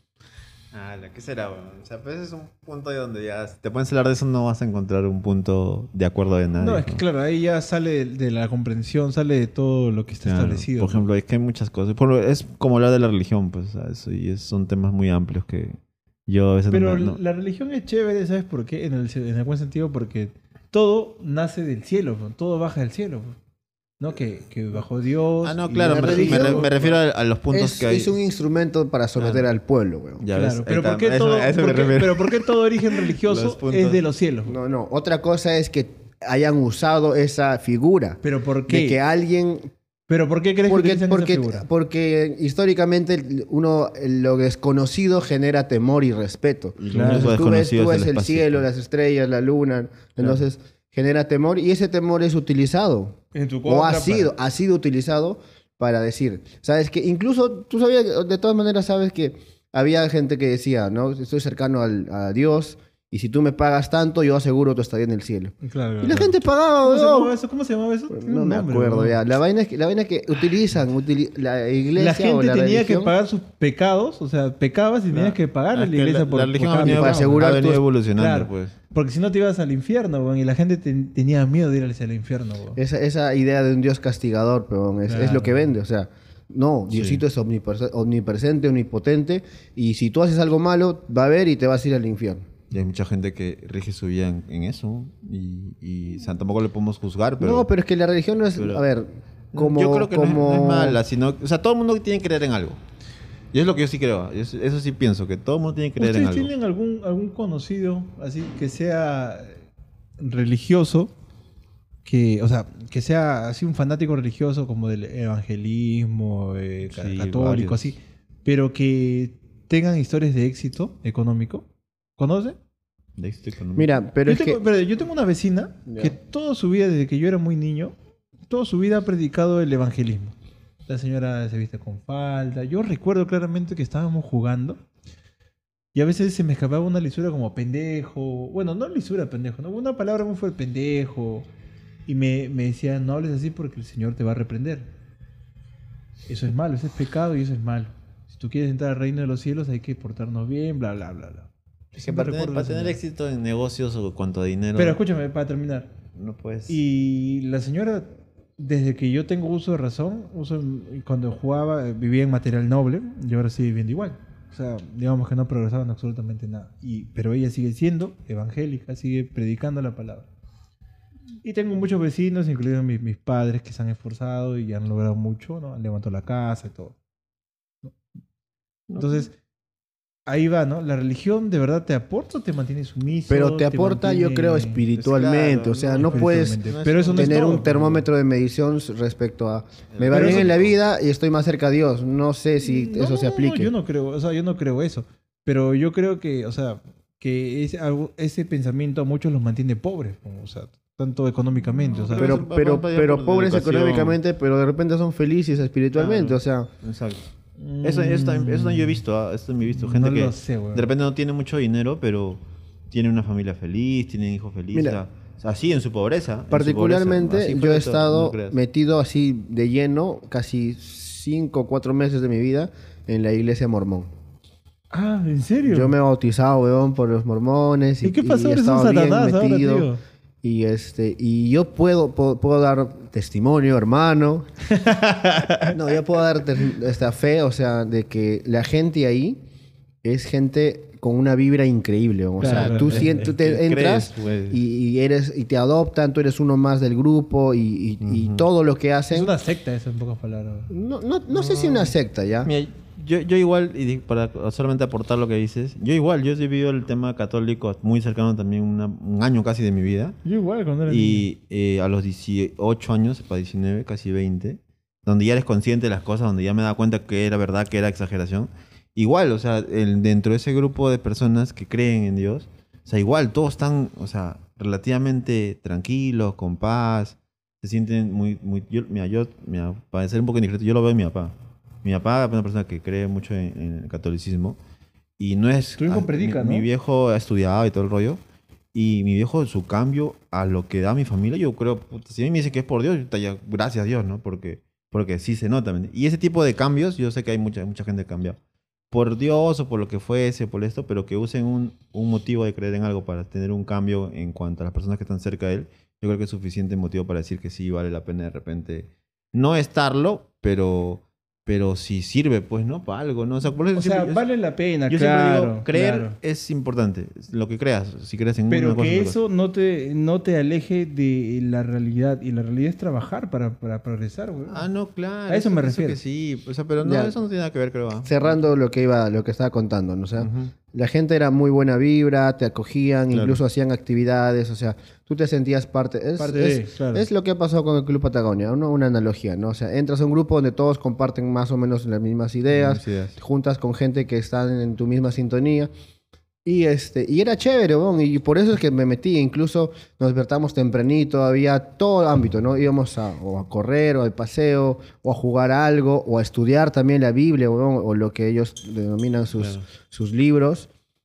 Ah, ¿qué será, weón? O sea, pues es un punto ahí donde ya, si te puedes hablar de eso, no vas a encontrar un punto de acuerdo de nadie. No, es que claro, ahí ya sale de, de la comprensión, sale de todo lo que está Claro, establecido. Por ejemplo, es que hay muchas cosas. Por lo- es como hablar de la religión, pues, o sea, eso, y es- son temas muy amplios que yo a veces Pero no, no- la religión es chévere, ¿sabes por qué? En el, en el buen sentido, porque todo nace del cielo, pues, todo baja del cielo. pues. ¿No? Que, que bajó Dios. Ah, no, y claro, la me, me religión- re- me refiero a, a los puntos es, que hay. es un instrumento para someter Claro. al pueblo, weón. Ya Claro, ves, pero ahí ¿por está, qué a eso- todo, a eso me por qué- refiero. pero ¿por qué todo origen Los religioso puntos. es de los cielos? No, no. Otra cosa es que hayan usado esa figura. ¿Pero por De qué? que alguien ¿Pero por qué crees Porque, que utilizan porque, esa figura? porque históricamente uno lo desconocido genera temor y respeto. Y lo Claro. único Entonces, tú ves, desconocido tú es ves el espacio. cielo, las estrellas, la luna, entonces genera temor y ese temor es utilizado En tu o contra, ha para- sido, ha sido utilizado para decir, sabes que incluso tú sabías, de todas maneras sabes que había gente que decía, ¿no? Estoy cercano al- a Dios y si tú me pagas tanto yo aseguro tu estadía en el cielo. Claro, Y la claro. gente pagaba, ¿Cómo se weón. llamaba eso? ¿Cómo se llamaba eso? Tiene No un me nombre, acuerdo weón. ya. La vaina es que, la vaina es que utilizan utili- la iglesia La o gente la tenía religión que pagar sus pecados, o sea, pecabas y tenías que pagarle a Es la que iglesia la, por la religión por ha venido, cada para asegurar ha venido tus- evolucionando, Claro. pues. Porque si no te ibas al infierno, weón, y la gente te- tenía miedo de ir al infierno, weón. Esa, esa idea de un Dios castigador, pero es, es Claro. lo que vende. O sea, no, Diosito es omniprese- omnipresente, omnipotente, y si tú haces algo malo, va a ver y te vas a ir al infierno. Y hay mucha gente que rige su vida en, en eso. Y, y o sea, tampoco le podemos juzgar, pero... no, pero es que la religión no es, pero- a ver, como... yo creo que no es- como... no, es, mala, sino... O sea, todo el mundo tiene que creer en algo. Y es lo que yo sí creo. Yo sí- eso sí pienso, que todo el mundo tiene que creer en ¿Ustedes algo. tienen algún, algún conocido así que sea religioso? Que, o sea, que sea así un fanático religioso como del evangelismo, eh, ca- Sí, católico, varios. así, pero que tengan historias de éxito económico. ¿Conoce? De éxito económico. Mira, pero yo, es tengo, que... pero yo tengo una vecina Ya. que toda su vida, desde que yo era muy niño, toda su vida ha predicado el evangelismo. La señora se viste con falda. Yo recuerdo claramente que estábamos jugando y a veces se me escapaba una lisura como pendejo. Bueno, no lisura, pendejo, ¿no? Una palabra muy fuerte, pendejo. Y me, me decía, no hables así porque el Señor te va a reprender. Eso es malo, eso es pecado y eso es malo. Si tú quieres entrar al reino de los cielos hay que portarnos bien, bla, bla, bla, bla. Es que Siempre para tener, recuerdo para la tener señora. éxito en negocios o cuanto a dinero... Pero escúchame, para terminar. no puedes... Y la señora, desde que yo tengo uso de razón, uso, cuando jugaba, eh, vivía en material noble, y ahora sigue viviendo igual. O sea, digamos que no progresaban absolutamente nada. Y, pero ella sigue siendo evangélica, sigue predicando la palabra. Y tengo muchos vecinos, incluidos mis, mis padres, que se han esforzado y han logrado mucho, ¿no? Han levantado la casa y todo. ¿no? Entonces, ahí va, ¿no? ¿La religión de verdad te aporta o te mantiene sumiso? Pero te aporta, mantiene- yo creo, espiritualmente. Claro, o sea, no, no puedes espiritualmente. Pero eso no es tener todo, un pues. termómetro de medición respecto a me va Pero bien eso- en la vida y estoy más cerca a Dios. No sé si No, eso no, se no, aplique. yo no creo, o sea, yo no creo eso. Pero yo creo que, o sea, que ese, algo- ese pensamiento a muchos los mantiene pobres, ¿no? O sea, tanto económicamente. O sea, pero, Eso va- pero, va- va pero por pobres educación. económicamente, pero de repente son felices espiritualmente. Claro. O sea, Exacto. Eso, eso, también- eso también yo he visto, ¿ah? Eso también he visto. Gente no que lo sé, weón. de repente no tiene mucho dinero, pero tiene una familia feliz, tienen hijos felices. Mira, o sea, así en su pobreza. en su particularmente pobreza, así yo fuera he de todo, estado no creas. metido así de lleno casi cinco o cuatro meses de mi vida en la iglesia mormón. Ah, ¿en serio? Yo me he bautizado, weón, por los mormones. Y, ¿Y qué pasó? y he Eres un estado bien satanás ahora, metido. tío. Y este, y yo puedo, puedo, puedo dar testimonio, hermano. No, yo puedo dar te- esta fe, o sea, de que la gente ahí es gente con una vibra increíble. O sea, Claro, tú, es- sien- es tú te que entras crees, pues. y, y eres y te adoptan, tú eres uno más del grupo y, y- y Ujú. todo lo que Es hacen. una secta eso, en pocas palabras. No, no, no sé si una secta ya. Mira, yo, yo igual, y di- para solamente aportar lo que dices, yo igual, yo he vivido el tema católico muy cercano también una- un año casi de mi vida. Yo igual, cuando era niño. Y eh, a los dieciocho años, para diecinueve, casi veinte, donde ya eres consciente de las cosas, donde ya me da cuenta que era verdad, que era exageración. Igual, o sea, el- dentro de ese grupo de personas que creen en Dios, o sea, igual todos están, o sea, relativamente tranquilos, con paz, se sienten muy, muy, yo, mira, yo, mira, para ser un poco indiscreto, yo lo veo en mi papá. Mi papá es una persona que cree mucho en, en el catolicismo y no es... Tu hijo ah, predica, mi, ¿no? mi viejo ha estudiado y todo el rollo. Y mi viejo, su cambio a lo que da mi familia, yo creo, puta, si a mí me dice que es por Dios, puta, ya, gracias a Dios, ¿no? Porque, porque sí se nota. ¿me entiendes? Y ese tipo de cambios, yo sé que hay mucha, mucha gente que ha cambiado. Por Dios o por lo que fuese, por esto, pero que usen un, un motivo de creer en algo para tener un cambio en cuanto a las personas que están cerca de él, yo creo que es suficiente motivo para decir que sí vale la pena de repente no estarlo, pero, pero si sirve, pues, ¿no? Para algo, ¿no? O sea, por eso O sea, siempre- yo- vale la pena, yo claro. siempre digo, creer claro. es importante, lo que creas, si crees en Pero una cosa. que es otra eso no te, no te aleje de la realidad. Y la realidad es trabajar para, para progresar, güey. cosa. Ah, no, claro. A eso me que refiero. sí, o sea, pero no, Ya. eso no tiene nada que ver, creo. ah. Cerrando lo que iba, lo que estaba contando, ¿no? O sea, Ujú. la gente era muy buena vibra, te acogían, Claro. incluso hacían actividades, o sea, tú te sentías parte. Es, Parte es- de, claro. es lo que ha pasado con el Club Patagonia, ¿no? Una analogía, ¿no? O sea, entras a un grupo donde todos comparten más o menos las mismas ideas, Mismas ideas. juntas con gente que está en tu misma sintonía. Y, este, y era chévere, weón, y por eso es que me metí. Incluso nos despertamos tempranito, había todo ámbito, ¿no? Íbamos a, o a correr, o al paseo, o a jugar algo, o a estudiar también la Biblia, weón, o lo que ellos denominan sus, Claro. sus libros.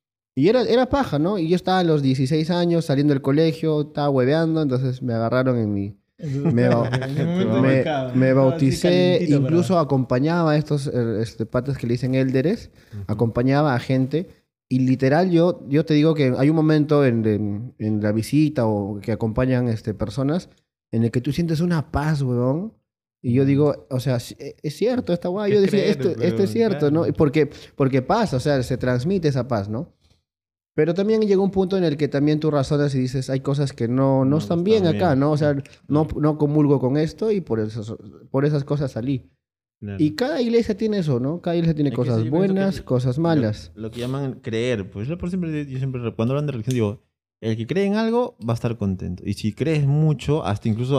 Y era, era paja, ¿no? Y yo estaba a los dieciséis años saliendo del colegio, estaba hueveando, entonces me agarraron en mi... Me, ba- En el momento me, indicado, me ¿no? Así bauticé, calientito incluso para- acompañaba a estos eh, este, patas que le dicen élderes, acompañaba a gente y literal yo, yo te digo que hay un momento en, en- en la visita o que acompañan este, personas en el que tú sientes una paz, weón. Y yo digo, o sea, sí, es cierto, está guay. Yo Es decía, creer, esto, pero, esto es cierto, claro. ¿no? Y Porque, porque pasa, o sea, se transmite esa paz, ¿no? Pero también llega un punto en el que también tú razonas y dices, hay cosas que no, no, No están están bien acá, bien. ¿no? O sea, no, no comulgo con esto y por, eso, por esas cosas salí. Claro. Y cada iglesia tiene eso, ¿no? Cada iglesia tiene Es que cosas sí, yo pienso buenas, que cosas malas. Lo, lo que llaman creer, pues yo por siempre, yo siempre cuando hablan de religión digo, el que cree en algo va a estar contento. Y si crees mucho, hasta incluso,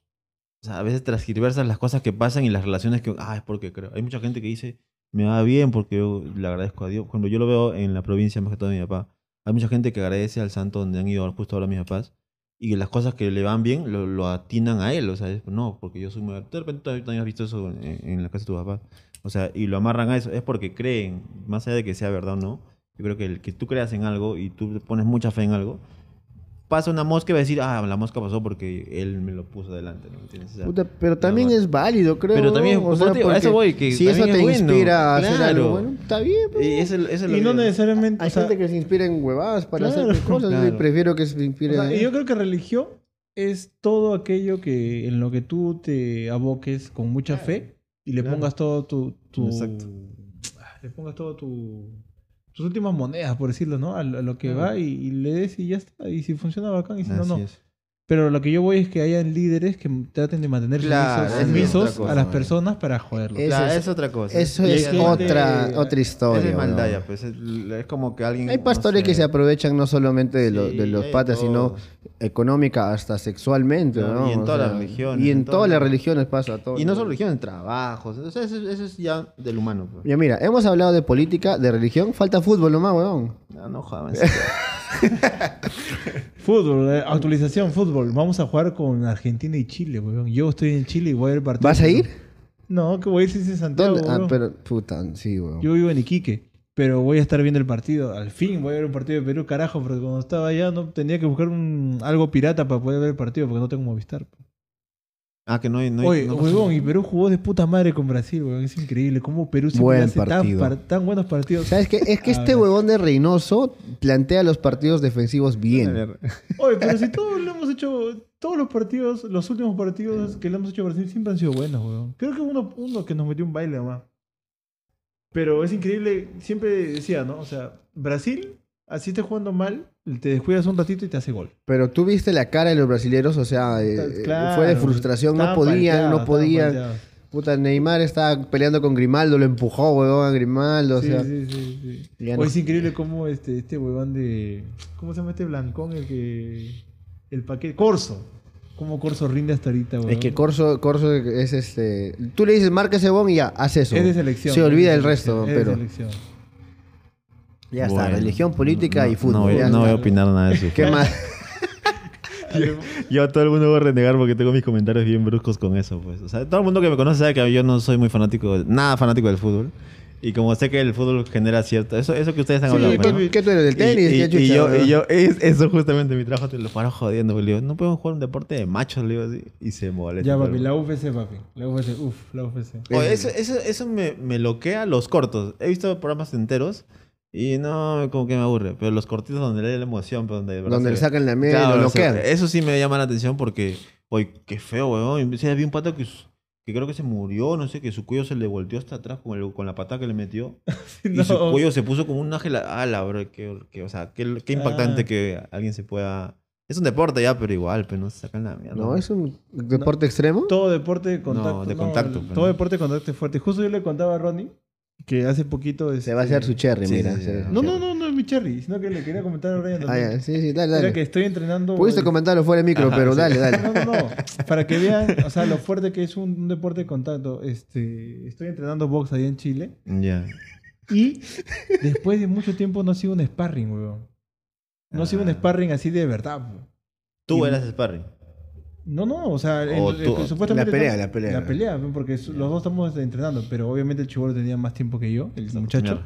o sea, a veces transgiversas las cosas que pasan y las relaciones que, ah, es porque creo. Hay mucha gente que dice, me va bien porque yo le agradezco a Dios. Cuando yo lo veo en la provincia, más que todo de mi papá, hay mucha gente que agradece al santo donde han ido justo ahora mis papás y que las cosas que le van bien lo, lo atinan a él. O sea, es, no, porque yo soy muy... De repente tú también has visto eso en, en la casa de tu papá. O sea, y lo amarran a eso. Es porque creen, más allá de que sea verdad o no, yo creo que el que tú creas en algo y tú pones mucha fe en algo, pasa una mosca y va a decir, ah, la mosca pasó porque él me lo puso adelante, ¿no? ¿Entiendes? O sea, Puta, pero también normal. es válido, creo. Pero también, ¿no? por eso te digo, a porque eso voy, que si eso también te es bueno, inspira a hacer claro. algo bueno, está bien. pues. Y eso, eso es lo Y que- no necesariamente... Hay o sea, gente que se inspira en huevadas para Claro, hacer cosas. claro. Y prefiero que se inspire o sea, en... y yo creo que religión es todo aquello que en lo que tú te aboques con mucha fe y le Claro. pongas todo tu, tu Exacto. ah, le pongas todo tu tus últimas monedas, por decirlo, ¿no? A, lo a lo que Claro. va y, y le des y ya está. Y si funciona bacán y si no, Así no. es. Pero lo que yo voy es que hayan líderes que traten de mantener Claro, sumisos, eso es sumisos otra cosa, a las ¿no? personas para joderlos. Eso Claro, es- es otra cosa. Eso Y es hay otra, gente- otra historia. Esa es maldad, weón. ya, pues. Es, es como que alguien... Hay pastores no que sé. se aprovechan no solamente de, lo- Sí, de los hay patas, todo. sino económica, hasta sexualmente, Claro, ¿no? y en O todas sea, las religiones, Y en, en todas todos las lados. religiones pasa. todo. Y no solo religión, en trabajos. O sea, eso, eso es ya del humano. Pues. Ya mira, hemos hablado de política, de religión, falta fútbol nomás, weón. No, no jodan. Fútbol, eh, actualización, fútbol. Vamos a jugar con Argentina y Chile, weón. Yo estoy en Chile y voy a ver el partido. ¿Vas a ir? No, que voy a ir sin Santiago, ¿Dónde? Ah, weón. pero, puta, sí, weón. Yo vivo en Iquique, pero voy a estar viendo el partido. Al fin voy a ver un partido de Perú, carajo, porque cuando estaba allá no tenía que buscar un, algo pirata para poder ver el partido porque no tengo Movistar. Ah, que no hay... No hay Oye, no huevón, y Perú jugó de puta madre con Brasil, weón. Es increíble cómo Perú siempre Buen hace tan, partido. par- tan buenos partidos. ¿Sabes qué? Es que A este ver. huevón de Reynoso plantea los partidos defensivos bien. Oye, pero si todos lo hemos hecho, todos los partidos, los últimos partidos que le hemos hecho a Brasil siempre han sido buenos, weón. Creo que uno, uno que nos metió un baile nomás. Pero es increíble, siempre decía, ¿no? O sea, Brasil, así esté jugando mal, te descuidas un ratito y te hace gol. Pero tú viste la cara de los brasileros, o sea, eh, Claro, fue de frustración, no estaban podían, palteados, no estaban podían. palteados. Puta, Neymar estaba peleando con Grimaldo, lo empujó, huevón, a Grimaldo, o Sí, sea. sí, sí, sí. ya Oye, no- es increíble cómo este, este huevón de... ¿Cómo se llama este blancón? El que... El paquete... Corso. Cómo Corso rinde hasta ahorita, huevón. Es que Corso, Corso es este. Tú le dices marca ese bon y ya, haz eso. Es de selección. Se olvida es el de resto, selección, es de pero. selección. Ya está, Bueno, religión, política no, y fútbol. No, voy, ya no está. voy a opinar nada de eso. ¿Qué más? Yo a todo el mundo voy a renegar porque tengo mis comentarios bien bruscos con eso, pues. O sea, todo el mundo que me conoce sabe que yo no soy muy fanático, nada fanático del fútbol. Y como sé que el fútbol genera cierto... Eso, eso que ustedes han Sí, hablado, pues, ¿no? ¿qué tú eres del tenis? Y, ¿Qué y- chucha, y yo, weón? y yo es, eso justamente mi trabajo te lo paro jodiendo. pues, Le digo, no podemos jugar un deporte de machos, le digo así. Y se molesta. Ya, pero- papi, la U F C, papi. La U F C, uff, la U F C. Oye, eso, eso, eso me, me loquea los cortos. He visto programas enteros y no, como que me aburre. Pero los cortitos donde le da la emoción, pero donde... de verdad Donde se le ve. sacan la miel, Claro, lo o sea, noquean. eso sí me llama la atención porque, oye, qué feo, weón. O sea, vi un pata que, que creo que se murió, no sé, que su cuello se le volteó hasta atrás con, el- con la patada que le metió. No. Y su cuello se puso como un ángel. Ah, la bro, que, que, o sea, qué, qué impactante Ah. que alguien se pueda... Es un deporte ya, pero igual, pero no se sacan la mierda. ¿No? ¿Es un deporte extremo? Todo deporte de contacto. No, de contacto, el- pues, todo no. deporte de contacto es fuerte. Justo yo le contaba a Ronnie que hace poquito... Se va a hacer su cherry, Sí, mira. sí, sí. se- No, no, no, no es mi cherry, sino que le quería comentar a Brian Ah, también. ya, sí, sí, dale, Era dale. que estoy entrenando... Pudiste comentarlo fuera de micro, Ajá, pero sí. dale, dale. No, no, no. Para que vean, o sea, lo fuerte que es un, un deporte de contacto. Este, estoy entrenando box ahí en Chile. Ya. Y después de mucho tiempo no ha sido un sparring, weón. No ha sido un Ah. sparring así de verdad, weón. Tú Y- eras sparring. No, no, o sea, el- O el- tú- el- supuestamente La pelea, estamos- la pelea. La pelea, ¿no? Porque su- los dos estamos entrenando, pero obviamente el chivolo tenía más tiempo que yo, el muchacho. Claro.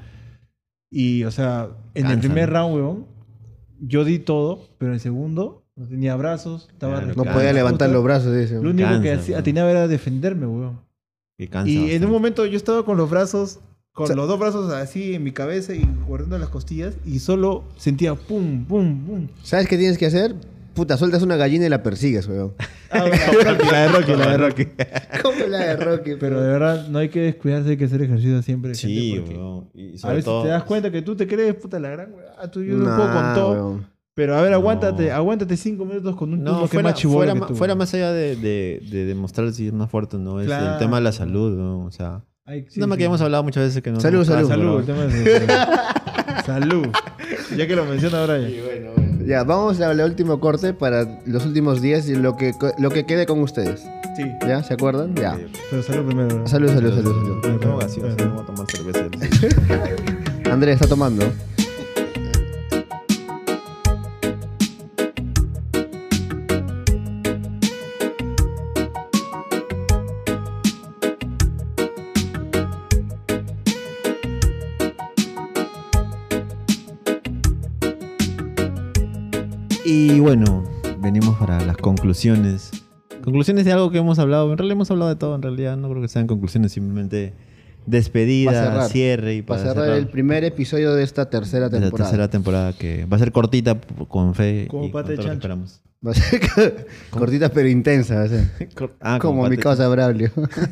Y, o sea, en el Cansa, primer ¿no? round, weón, yo di todo, pero en el segundo no tenía brazos, estaba Claro, No Cansa. podía levantar los brazos, dice. Lo único que Cansa, hacía, weón. atinaba era defenderme, weón. Que cansa Y en bastante. un momento yo estaba con los brazos, con O sea- los dos brazos así en mi cabeza y guardando las costillas, y solo sentía pum, pum, pum. ¿Sabes qué tienes que hacer? Puta, sueltas una gallina y la persigues, weón. Ah, bueno, la de Rocky, la de Rocky. ¿Cómo la de Rocky? Pero de verdad, no hay que descuidarse, hay que hacer ejercicio siempre. Sí, gente, porque weón. Y A sobre veces todo... te das cuenta que tú te crees, puta la gran weá, tú yo no Nah, puedo con todo. weón. Pero a ver, No. aguántate, aguántate cinco minutos con un No, turno que es fuera, más chibolo fuera, que ma- tú. fuera más allá de, de, de demostrar si es más fuerte, ¿no? Es Claro. el tema de la salud, ¿no? O sea... Ay, es un tema que hemos hablado muchas veces que no... Salud, no- salud. Ah, Salud, el bro. tema de salud. Salud. Ya que lo menciona Brian. Ya, vamos a la última corte para los últimos días y lo que, lo que quede con ustedes. Sí. ¿Ya? ¿Se acuerdan? Ya. Pero salud primero. ¿no? Salud, salud, salud, salud. No tengo gaseosa, no voy a tomar cerveza. Andrés está tomando. Y bueno, venimos para las conclusiones. Conclusiones de algo que hemos hablado. En realidad hemos hablado de todo. En realidad no creo que sean conclusiones, simplemente despedida, Pa' cerrar. cierre y Para para, cerrar el primer episodio de esta tercera de la temporada. tercera temporada que va a ser cortita p- con fe Como y con pata de todo lo que chancho. esperamos. Va a ser cortita pero intensa. Va a ser. Ah, Como mi Pate- causa Braulio.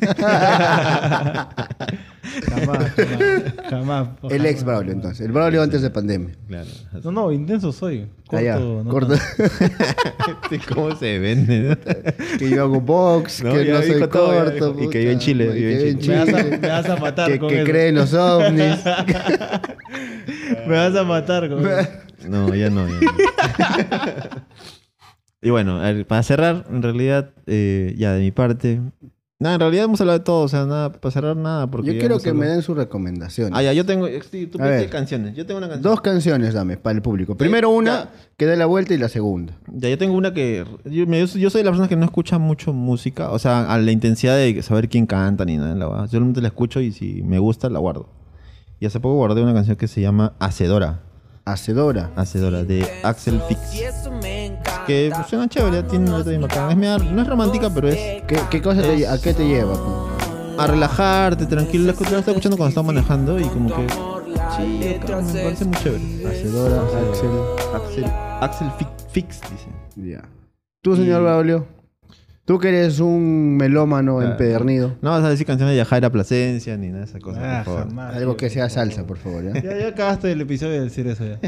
Jamás, jamás, jamás. El ex jamás. Braulio, entonces. El Braulio antes de pandemia. Claro. No, no, intenso soy. Corto, Ah, ya, no corto. Este, ¿Cómo se vende? ¿no? Que yo hago box, No, que ya no soy dijo todo, ya corto. dijo. Y que vive en puta, Chile, y vive en que vive en Me vas, a, Chile. me vas a matar Que, con que eso. cree en los ovnis. Me vas a matar con eso. No, ya no. Ya no. Y bueno, a ver, para cerrar, en realidad, eh, ya de mi parte. Nada, en realidad hemos hablado de todo, o sea, nada, para cerrar nada. Porque Yo ya quiero hemos que me hablado. den sus recomendaciones. Ah, ya, yo tengo. Sí, tú A ver. pediste canciones. Yo tengo una canción. Dos canciones dame para el público. Primero una ya. que dé la vuelta y la segunda. Ya, yo tengo una que. Yo, me- yo soy yo soy de las personas que no escucha mucho música, o sea, a la intensidad de saber quién canta ni nada. La verdad. Yo solamente la escucho y si me gusta, la guardo. Y hace poco guardé una canción que se llama Hacedora. Hacedora. Hacedora, de Axel Fix. Que pues, suena chévere, tiene una letra bien bacana. Es media- no es romántica, pero es ¿Qué, qué cosa te, ¿A qué te lleva? a relajarte, tranquilo. La escu- la estaba escuchando cuando estaba manejando y como que. Sí, acá me parece muy chévere. Hacedora, Axel. Axel, Axel Fix, Fix, dice. Ya. Tú, señor Y- Braulio. Tú que eres un melómano Claro. empedernido. No vas a decir canciones de Yajaira Plasencia ni nada de esa cosa, Ah, por favor. jamás. Algo que sea salsa, por favor. ¿ya? Ya, ya acabaste el episodio de decir eso ya.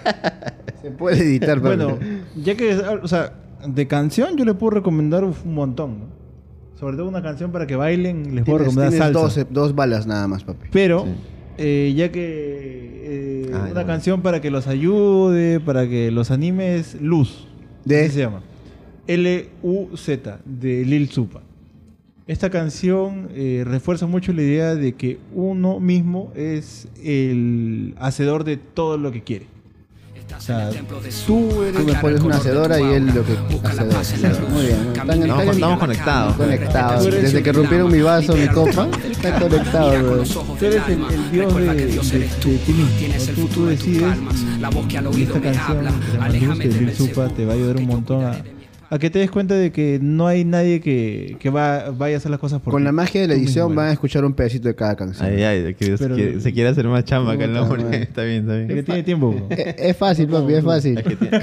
Se puede editar, Bueno, Pablo. ya que, o sea, de canción yo le puedo recomendar uf, un montón, ¿no? Sobre todo una canción para que bailen, les puedo Tienes, recomendar tienes salsa. dos, dos balas nada más, papi. Pero, Sí. eh, ya que eh, Ah, una ya. canción para que los ayude, para que los anime es Luz. De- Así se llama. L U Z, de Lil Supa. Esta canción eh, refuerza mucho la idea de que uno mismo es el hacedor de todo lo que quiere. O sea, tú eres... Tú me pones una hacedora y él lo que hacedora. Claro, muy bien. Están, Estamos, están estamos conectados. conectados. Tú eres Desde el- que rompieron mi vaso, mi copa, están conectados, bro. Tú eres el, el dios de, de, de ti mismo. ¿No? Tú, tú decides y esta canción de Luz de Lil Supa te va a ayudar un montón a, a que te des cuenta de que no hay nadie que, que va, vaya a hacer las cosas por Con ti. la magia de la Tú edición mismo van a eres. escuchar un pedacito de cada canción. Ay, ay, que, Pero- que se quiere hacer más chamba acá el Puta nombre. madre. Está bien, está bien. Que tiene tiempo. bro. Es, es fácil, papi, es fácil. Es que tiene-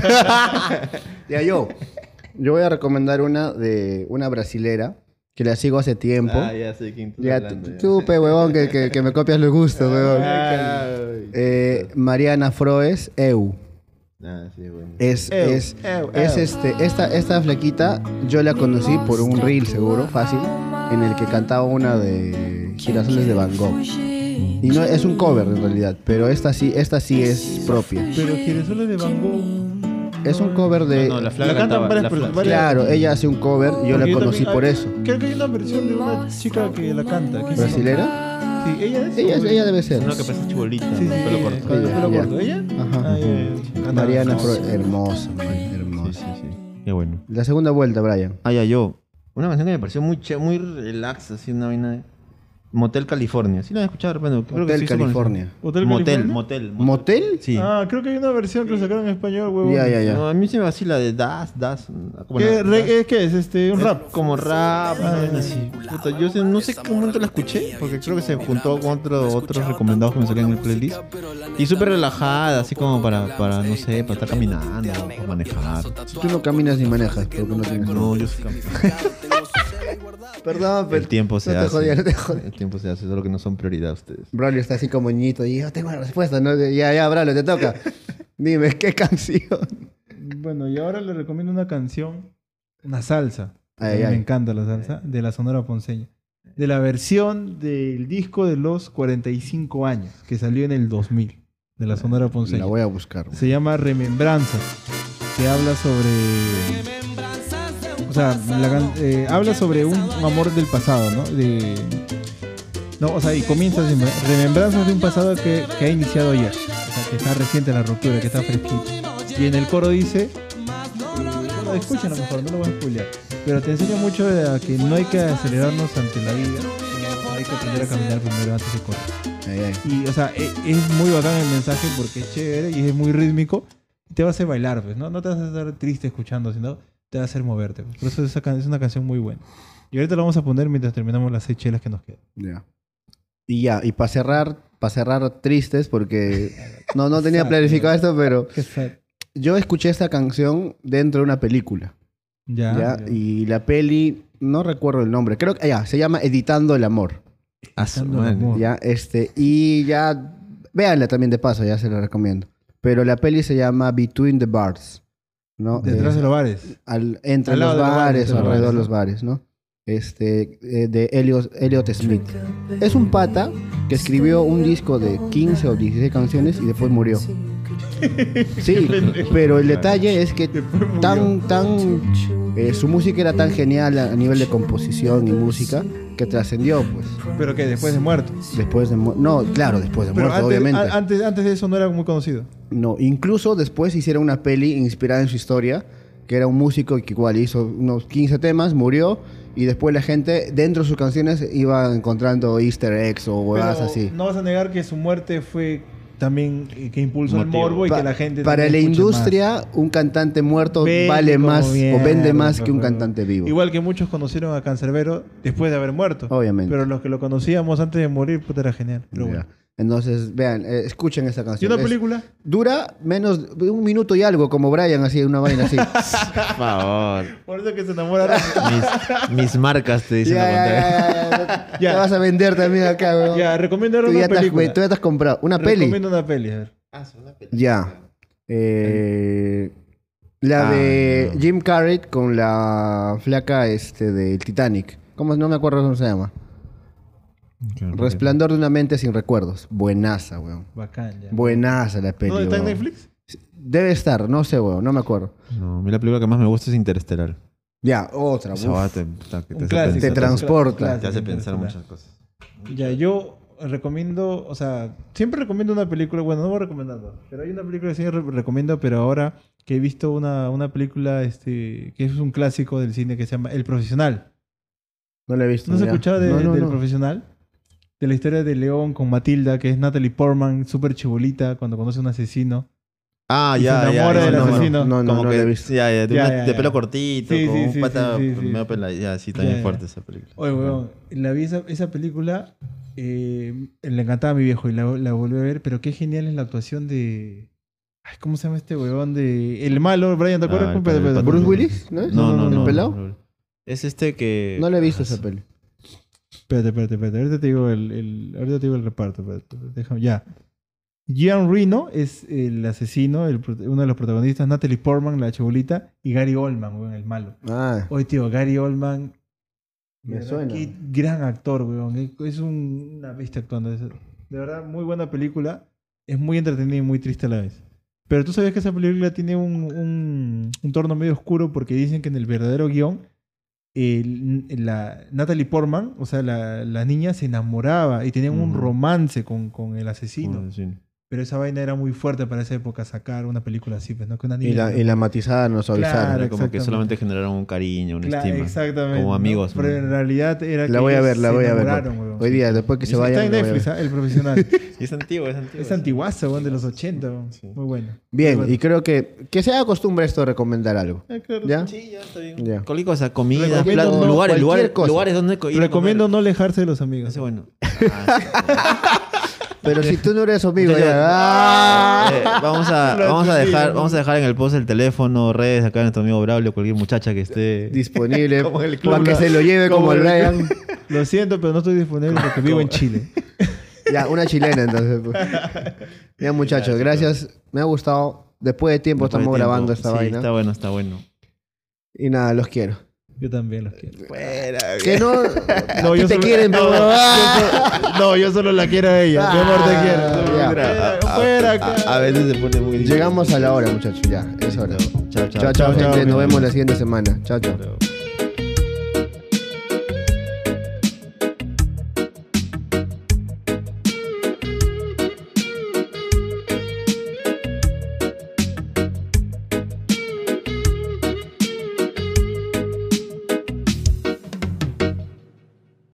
Ya yo. Yo voy a recomendar una de una brasilera que la sigo hace tiempo. Ah, ya sé quién tú Ya, estás hablando, tú, ya. tú, pe, huevón, que, que, que me copias los gustos, huevón. Ay. Eh, Mariana Froes, Eu. Ah, sí, bueno. Es, Eu, es, eu, es eu. este, esta, esta flaquita, yo la conocí por un reel seguro, fácil, en el que cantaba una de Girasoles de Van Gogh. Y no es un cover en realidad, pero esta sí, esta sí es propia. Pero Girasoles de Van Gogh... Es un cover de. No, no, la flaca La cantan cantaba, varias la personas, flaca- varias- Claro, ella hace un cover y yo la Porque conocí también por hay- eso. Creo que hay una versión de una chica que la canta. ¿Quién se llama? ¿Brasilera? Sí, ella es. Ella, ¿o- ella debe ser. Una que parece chibolita, Sí, sí, con pelo ella, corto. con el Ella, pelo ya. corto. ¿Ella? Ajá. Ah, ya, ya. Canta Mariana hermoso. Fro, hermosa, man, Sí, hermosa. sí, sí. Qué bueno. La segunda vuelta, Brian. Ah, ya, yo. Una canción que me pareció muy che, muy relax, así una vaina de... Motel California. ¿Sí la han escuchado de repente? Creo que Hotel sí se conoce. California. ¿Hotel Motel, California? motel, motel. ¿Motel? Sí. Ah, creo que hay una versión que lo sacaron en español, huevón. Ya, ya, ya. No, a mí se me vacila de Das, Das. como ¿Qué, la- re- eh, ¿Qué es? Este, un Es rap. Como rap, una vaina así. Puta, yo sé- no sé qué momento la escuché, porque creo que se juntó con otro, otros recomendados que me salían en el playlist. Y súper relajada, así como para, para, no sé, para estar caminando, para manejar. Tú no caminas ni manejas, porque no tienes. No, yo soy campeón. Perdón, pero. El tiempo se no te hace. jodía, no te jodía. El tiempo se hace, solo que no son prioridad ustedes. Braulio está así como ñito y yo tengo la respuesta, ¿no? Ya, ya, Braulio, te toca. Dime, ¿qué canción? Bueno, y ahora le recomiendo una canción, una salsa. Ay, A mí ay. Me encanta la salsa, de la Sonora Ponceña. De la versión del disco de los cuarenta y cinco años, que salió en el dos mil, de la Sonora Ponceña. La voy a buscar. Se llama Remembranzas, que habla sobre... O sea, la can- eh, habla sobre un, un amor del pasado, ¿no? De, no, o sea, y comienza así, remembranzas de un pasado que, que ha iniciado ayer. O sea, que está reciente la ruptura, que está fresquito. Y en el coro dice... eh, bueno, escúchenlo mejor, no lo voy a spoilear. Pero te enseña mucho de que no hay que acelerarnos ante la vida, sino hay que aprender a caminar primero antes de correr. Ay, ay. Y, o sea, e- es muy bacán el mensaje porque es chévere y es muy rítmico. Y te va a hacer bailar, pues, ¿no? No te vas a estar triste escuchando, sino te va a hacer moverte. Pues. Por eso esa can- es una canción muy buena. Y ahorita la vamos a poner mientras terminamos las seis chelas que nos quedan. Ya. Y ya, y para cerrar, para cerrar tristes, porque no, no tenía Sad, planificado esto, pero Qué sad. yo escuché esta canción dentro de una película. Ya. ¿ya? Y la peli, no recuerdo el nombre, creo que ya, se llama Editando el Amor. A su Editando el madre. amor. Ya, este, y ya, véanla también de paso, ya se la recomiendo. Pero la peli se llama Between the Bars, ¿no? Detrás Eh, de los bares. al- entre Al los lado de los bares, bares, de los alrededor de bares, los bares, ¿no? Este, eh, de Elliot, Elliot Smith. Es un pata que escribió un disco de quince o dieciséis canciones y después murió. Sí, pero el detalle es que tan, tan, eh, su música era tan genial a, a nivel de composición y música que trascendió, pues, Pero que después de muerto. después de mu- no, claro, después de Pero muerto, antes, obviamente. a- antes, antes de eso no era muy conocido. No, incluso después hicieron una peli inspirada en su historia, que era un músico que igual hizo unos quince temas, murió, y después la gente dentro de sus canciones iba encontrando easter eggs o huevadas Pero así. no vas a negar que su muerte fue también eh, que impulsó Motivo. el morbo y Pa- que la gente para la también escuche industria, más. un cantante muerto Vende vale como más o mierda, vende más que un pero- cantante vivo. Igual que muchos conocieron a Cancerbero después de haber muerto. Obviamente. Pero los que lo conocíamos antes de morir, puta, era genial. Pero Ya. bueno. Entonces, vean, eh, escuchen esa ¿Y canción. una Es- película? dura menos de un minuto y algo, como Brian, así, una vaina así. Por favor. Por eso que se enamora. Mis, mis marcas te ya, dicen ya, lo contrario. ya, ya, ya. Ya. Te vas a vender también acá, weón. Ya, recomiendo Tú una ya, te has, película. tú ya te has comprado. Una peli. Recomiendo una peli, a ver. Ya. Eh, la Ah, de no. Jim Carrey con la flaca este del Titanic. ¿Cómo? No me acuerdo cómo se llama. Resplandor de una mente sin recuerdos. Buenaza, weón. Bacán, ya. Buenaza la peli. ¿No está en weón. Netflix? Debe estar, no sé, weón, no me acuerdo. No, a mí la película que más me gusta es Interestelar. Ya, otra. Esa uf. va, te, puta, que te Un hace clásico. Te pensar, transporta. Clásico, te hace pensar Interestelar. muchas cosas. Ya, yo recomiendo, o sea, siempre recomiendo una película, bueno, no voy recomendando, pero hay una película que sí re- recomiendo, pero ahora que he visto una, una película este, que es un clásico del cine que se llama El Profesional. No la he visto. ¿No has ya. escuchado de, No, no, del no. Profesional? De la historia de León con Matilda, que es Natalie Portman, súper chibolita, cuando conoce a un asesino. Ah, Y ya, se ya. enamora ya, del no, no, asesino. No, no, Como no que, la he visto. Ya, ya, de, Ya, una- ya, de ya. pelo cortito, Sí, con sí, un sí, pata sí, sí, sí. medio pela- ya, sí, también Ya, ya. fuerte esa película. Oye, weón, la vi esa, esa película, eh, le encantaba a mi viejo y la, la volví a ver, pero qué genial es la actuación de... Ay, ¿cómo se llama este weón de... El malo, Brian, ¿te acuerdas? Ah, el Espérate, pa- el espérate. pata- ¿Bruce Willis? ¿No es? No, no, ¿El no. pelado? no. Es este que... No la he visto Ah, esa peli. Espérate, espérate, espérate. Ahorita te digo el, el, ahorita te digo el reparto. Espérate, déjame, ya. Gian Reno es el asesino, el pro- uno de los protagonistas. Natalie Portman, la chibolita. Y Gary Oldman, weón, el malo. Ah, Oye, tío, Gary Oldman. Me de verdad, suena. Qué gran actor, weón. Es- Es un- una bestia actuando. Es- De verdad, muy buena película. Es muy entretenida y muy triste a la vez. Pero tú sabías que esa película tiene un, un, un tono medio oscuro porque dicen que en el verdadero guión el- la Natalie Portman, o sea, la, la niña se enamoraba y tenían un Ujú. romance con, con el asesino. Sí. Pero esa vaina era muy fuerte para esa época sacar una película así, pues, ¿no? Que una niña y la, y la matizada nos avisaron. Claro, Era como que exactamente. solamente generaron un cariño, una Claro, estima. exactamente. Como ¿no? amigos. Pero ¿no? en realidad era La que voy a ellos ver, la se voy a ver. enamoraron, weón. Hoy día, después que se Está vaya. en Netflix, ¿ah? El Profesional. Y es antiguo, es antiguo. Es antiguaza, weón, de los ochenta, weón. Sí. Muy bueno. Bien, Muy bueno. y creo que que se haga costumbre esto de recomendar algo. Eh, claro. ¿Ya? Sí, ya está bien. Ya. Cualquier cosa, comida, Recomiendo platos, no, lugares, cualquier lugares, cosa. lugares donde co- ir a Recomiendo comer. no alejarse de los amigos. Ese bueno. Ah, Pero si tú no eres su amigo, Muchachos, ya. ¡Ah! eh, vamos a, Lo vamos a entendí, dejar, ¿no? vamos a dejar en el post el teléfono, redes acá de nuestro amigo Braulio, cualquier muchacha que esté. Disponible Como el club, para que ¿no? se lo lleve como, Como el el Ryan. Lo siento, pero no estoy disponible porque vivo en Chile. Ya, una chilena entonces. Pues. Ya, muchachos, gracias. Me ha gustado. Después de tiempo Después de estamos tiempo. grabando esta Sí, vaina. Está bueno, está bueno. Y nada, los quiero. Yo también los quiero. Que no. No, a ti yo te solo- quieren, no, pero. yo solo- no, yo solo la quiero a ella. Mi amor, te Ah, quiero. ya. Fuera, fuera acá. A, a veces se pone muy difícil. Llegamos a la hora, muchachos. Ya, es hora. Chao, chao. Chao, chao, chao, gente. chao, Nos gente. vemos la siguiente semana. Chao, chao. Chao.